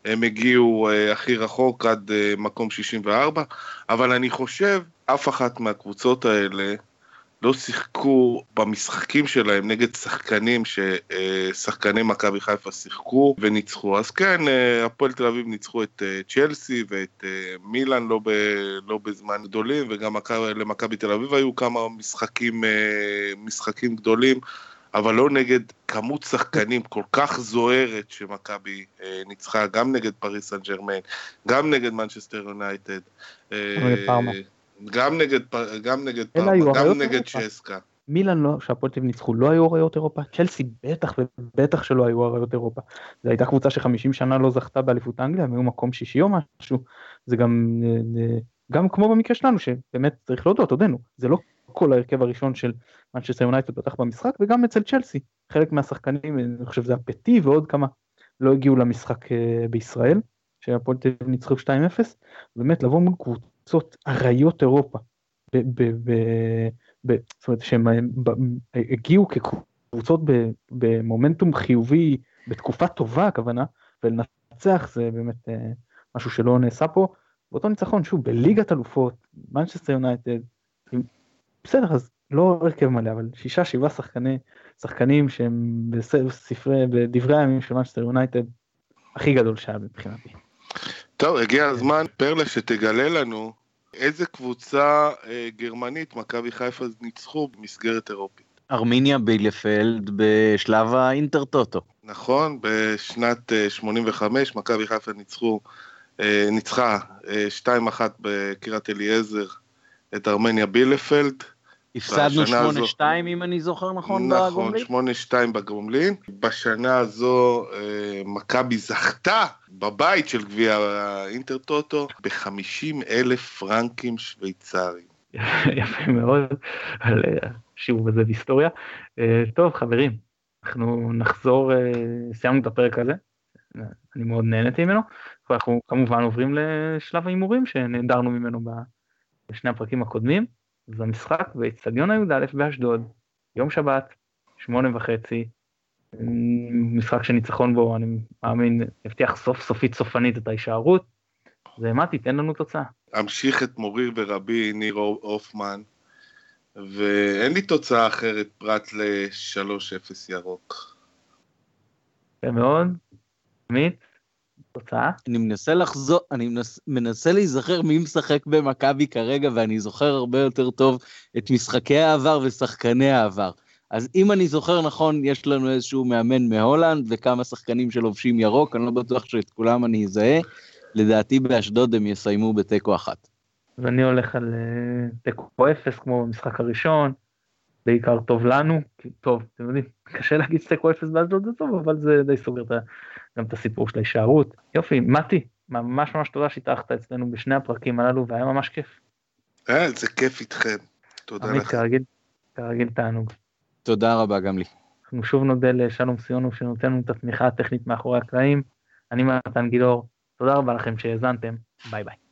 הם הגיעו הכי רחוק עד מקום 64, אבל אני חושב, אף אחת מהקבוצות האלה לא שיחקו במשחקים שלהם נגד שחקנים ששחקני מכבי חיפה שיחקו וניצחו. אז כן, הפועל תל אביב ניצחו את צ'לסי ואת מילאן לא בזמן גדולים, וגם למכבי תל אביב היו כמה משחקים גדולים, אבל לא נגד כמות שחקנים כל כך זוהרת שמכבי ניצחה, גם נגד פריס סן ז'רמן, גם נגד מנצ'סטר יונייטד, גם נגד פארמה, גם נגד צ'סקה. מילאן לא, שהפועל תל אביב ניצחו, לא היו אריות אירופה, צ'לסי בטח ובטח שלא היו אריות אירופה. זו הייתה קבוצה ש50 שנה לא זכתה באליפות אנגליה, הם היו מקום שישי או משהו. זה גם כמו במקרה שלנו, שבאמת צריך להודות, עודנו, זה לא כל ההרכב הראשון של מנצ'סטר יונייטד פתח במשחק, וגם אצל צ'לסי, חלק מהשחקנים, אני חושב זה הפטי ועוד כמה, לא הגיעו למשחק בישראל, שהפועל תל אביב ניצחו 2-0, באמת לבוא מול קבוצות אריות אירופה, זאת אומרת שהם הגיעו כקבוצות במומנטום חיובי, בתקופה טובה הכוונה, ולנצח זה באמת משהו שלא נעשה פה, באותו ניצחון שוב בליגת אלופות, מנצ'סטר יונייטד, בסדר אז לא הרכב מלא, אבל 6-7 שחקנים שהם בדברי הימים של מנצ'סטר יונייטד, הכי גדול שהיה מבחינתי. טוב, הגיע הזמן פרלה שתגלה לנו איזה קבוצה גרמנית מכבי חיפה ניצחו במסגרת אירופית. ארמיניה בילפלד בשלב האינטרטוטו. נכון, בשנת 85 מכבי חיפה ניצחה 2-1 בקירת אליעזר את ארמניה בילפלד. הפסדנו 8-2 אם אני זוכר נכון בגומלין? נכון, 8-2 בגומלין. בשנה הזו מכבי זכתה בבית של גביע האינטרטוטו ב50,000 פרנקים שוויצריים. יפה מאוד, על שיעור בזה בהיסטוריה. טוב חברים, אנחנו נחזור, סיימנו את הפרק הזה, אני מאוד נהניתי ממנו, ואנחנו כמובן עוברים לשלב האימורים שנהדרנו ממנו בשני הפרקים הקודמים. זה המשחק באצטדיון הי"א באשדוד, יום שבת, 8:30, משחק שניצחון בו, אני מאמין, הבטיח סופנית את ההישארות, ומתי, תן לנו תוצאה. אמשיך את מורי ורבי ניר אופמן, ואין לי תוצאה אחרת פרט ל3-0 ירוק. מאוד, עמית, תוצאה? אני מנסה להיזכר מי משחק במכבי כרגע, ואני זוכר הרבה יותר טוב את משחקי העבר ושחקני העבר. אז אם אני זוכר נכון, יש לנו איזשהו מאמן מהולנד, וכמה שחקנים שלובשים ירוק, אני לא בטוח שאת כולם אני אזהה, לדעתי באשדוד הם יסיימו בתיקו 1. ואני הולך על תיקו 0 כמו במשחק הראשון, בעיקר טוב לנו, כי טוב, אתם יודעים, קשה להגיד תיקו 0 באשדוד זה טוב, אבל זה די סוגר גם את הסיפור של ההישארות. יופי, מתי, ממש תודה שהתארחת אצלנו בשני הפרקים הללו, והיה ממש כיף. זה כיף איתכם, תודה לך. כרגיל תענוג. תודה רבה גם לי. אנחנו שוב נודה לשלום סיונוב שנותן לנו את התמיכה הטכנית מאחורי הקלעים. אני מתן גילאור, תודה רבה לכם שהאזנתם, ביי ביי.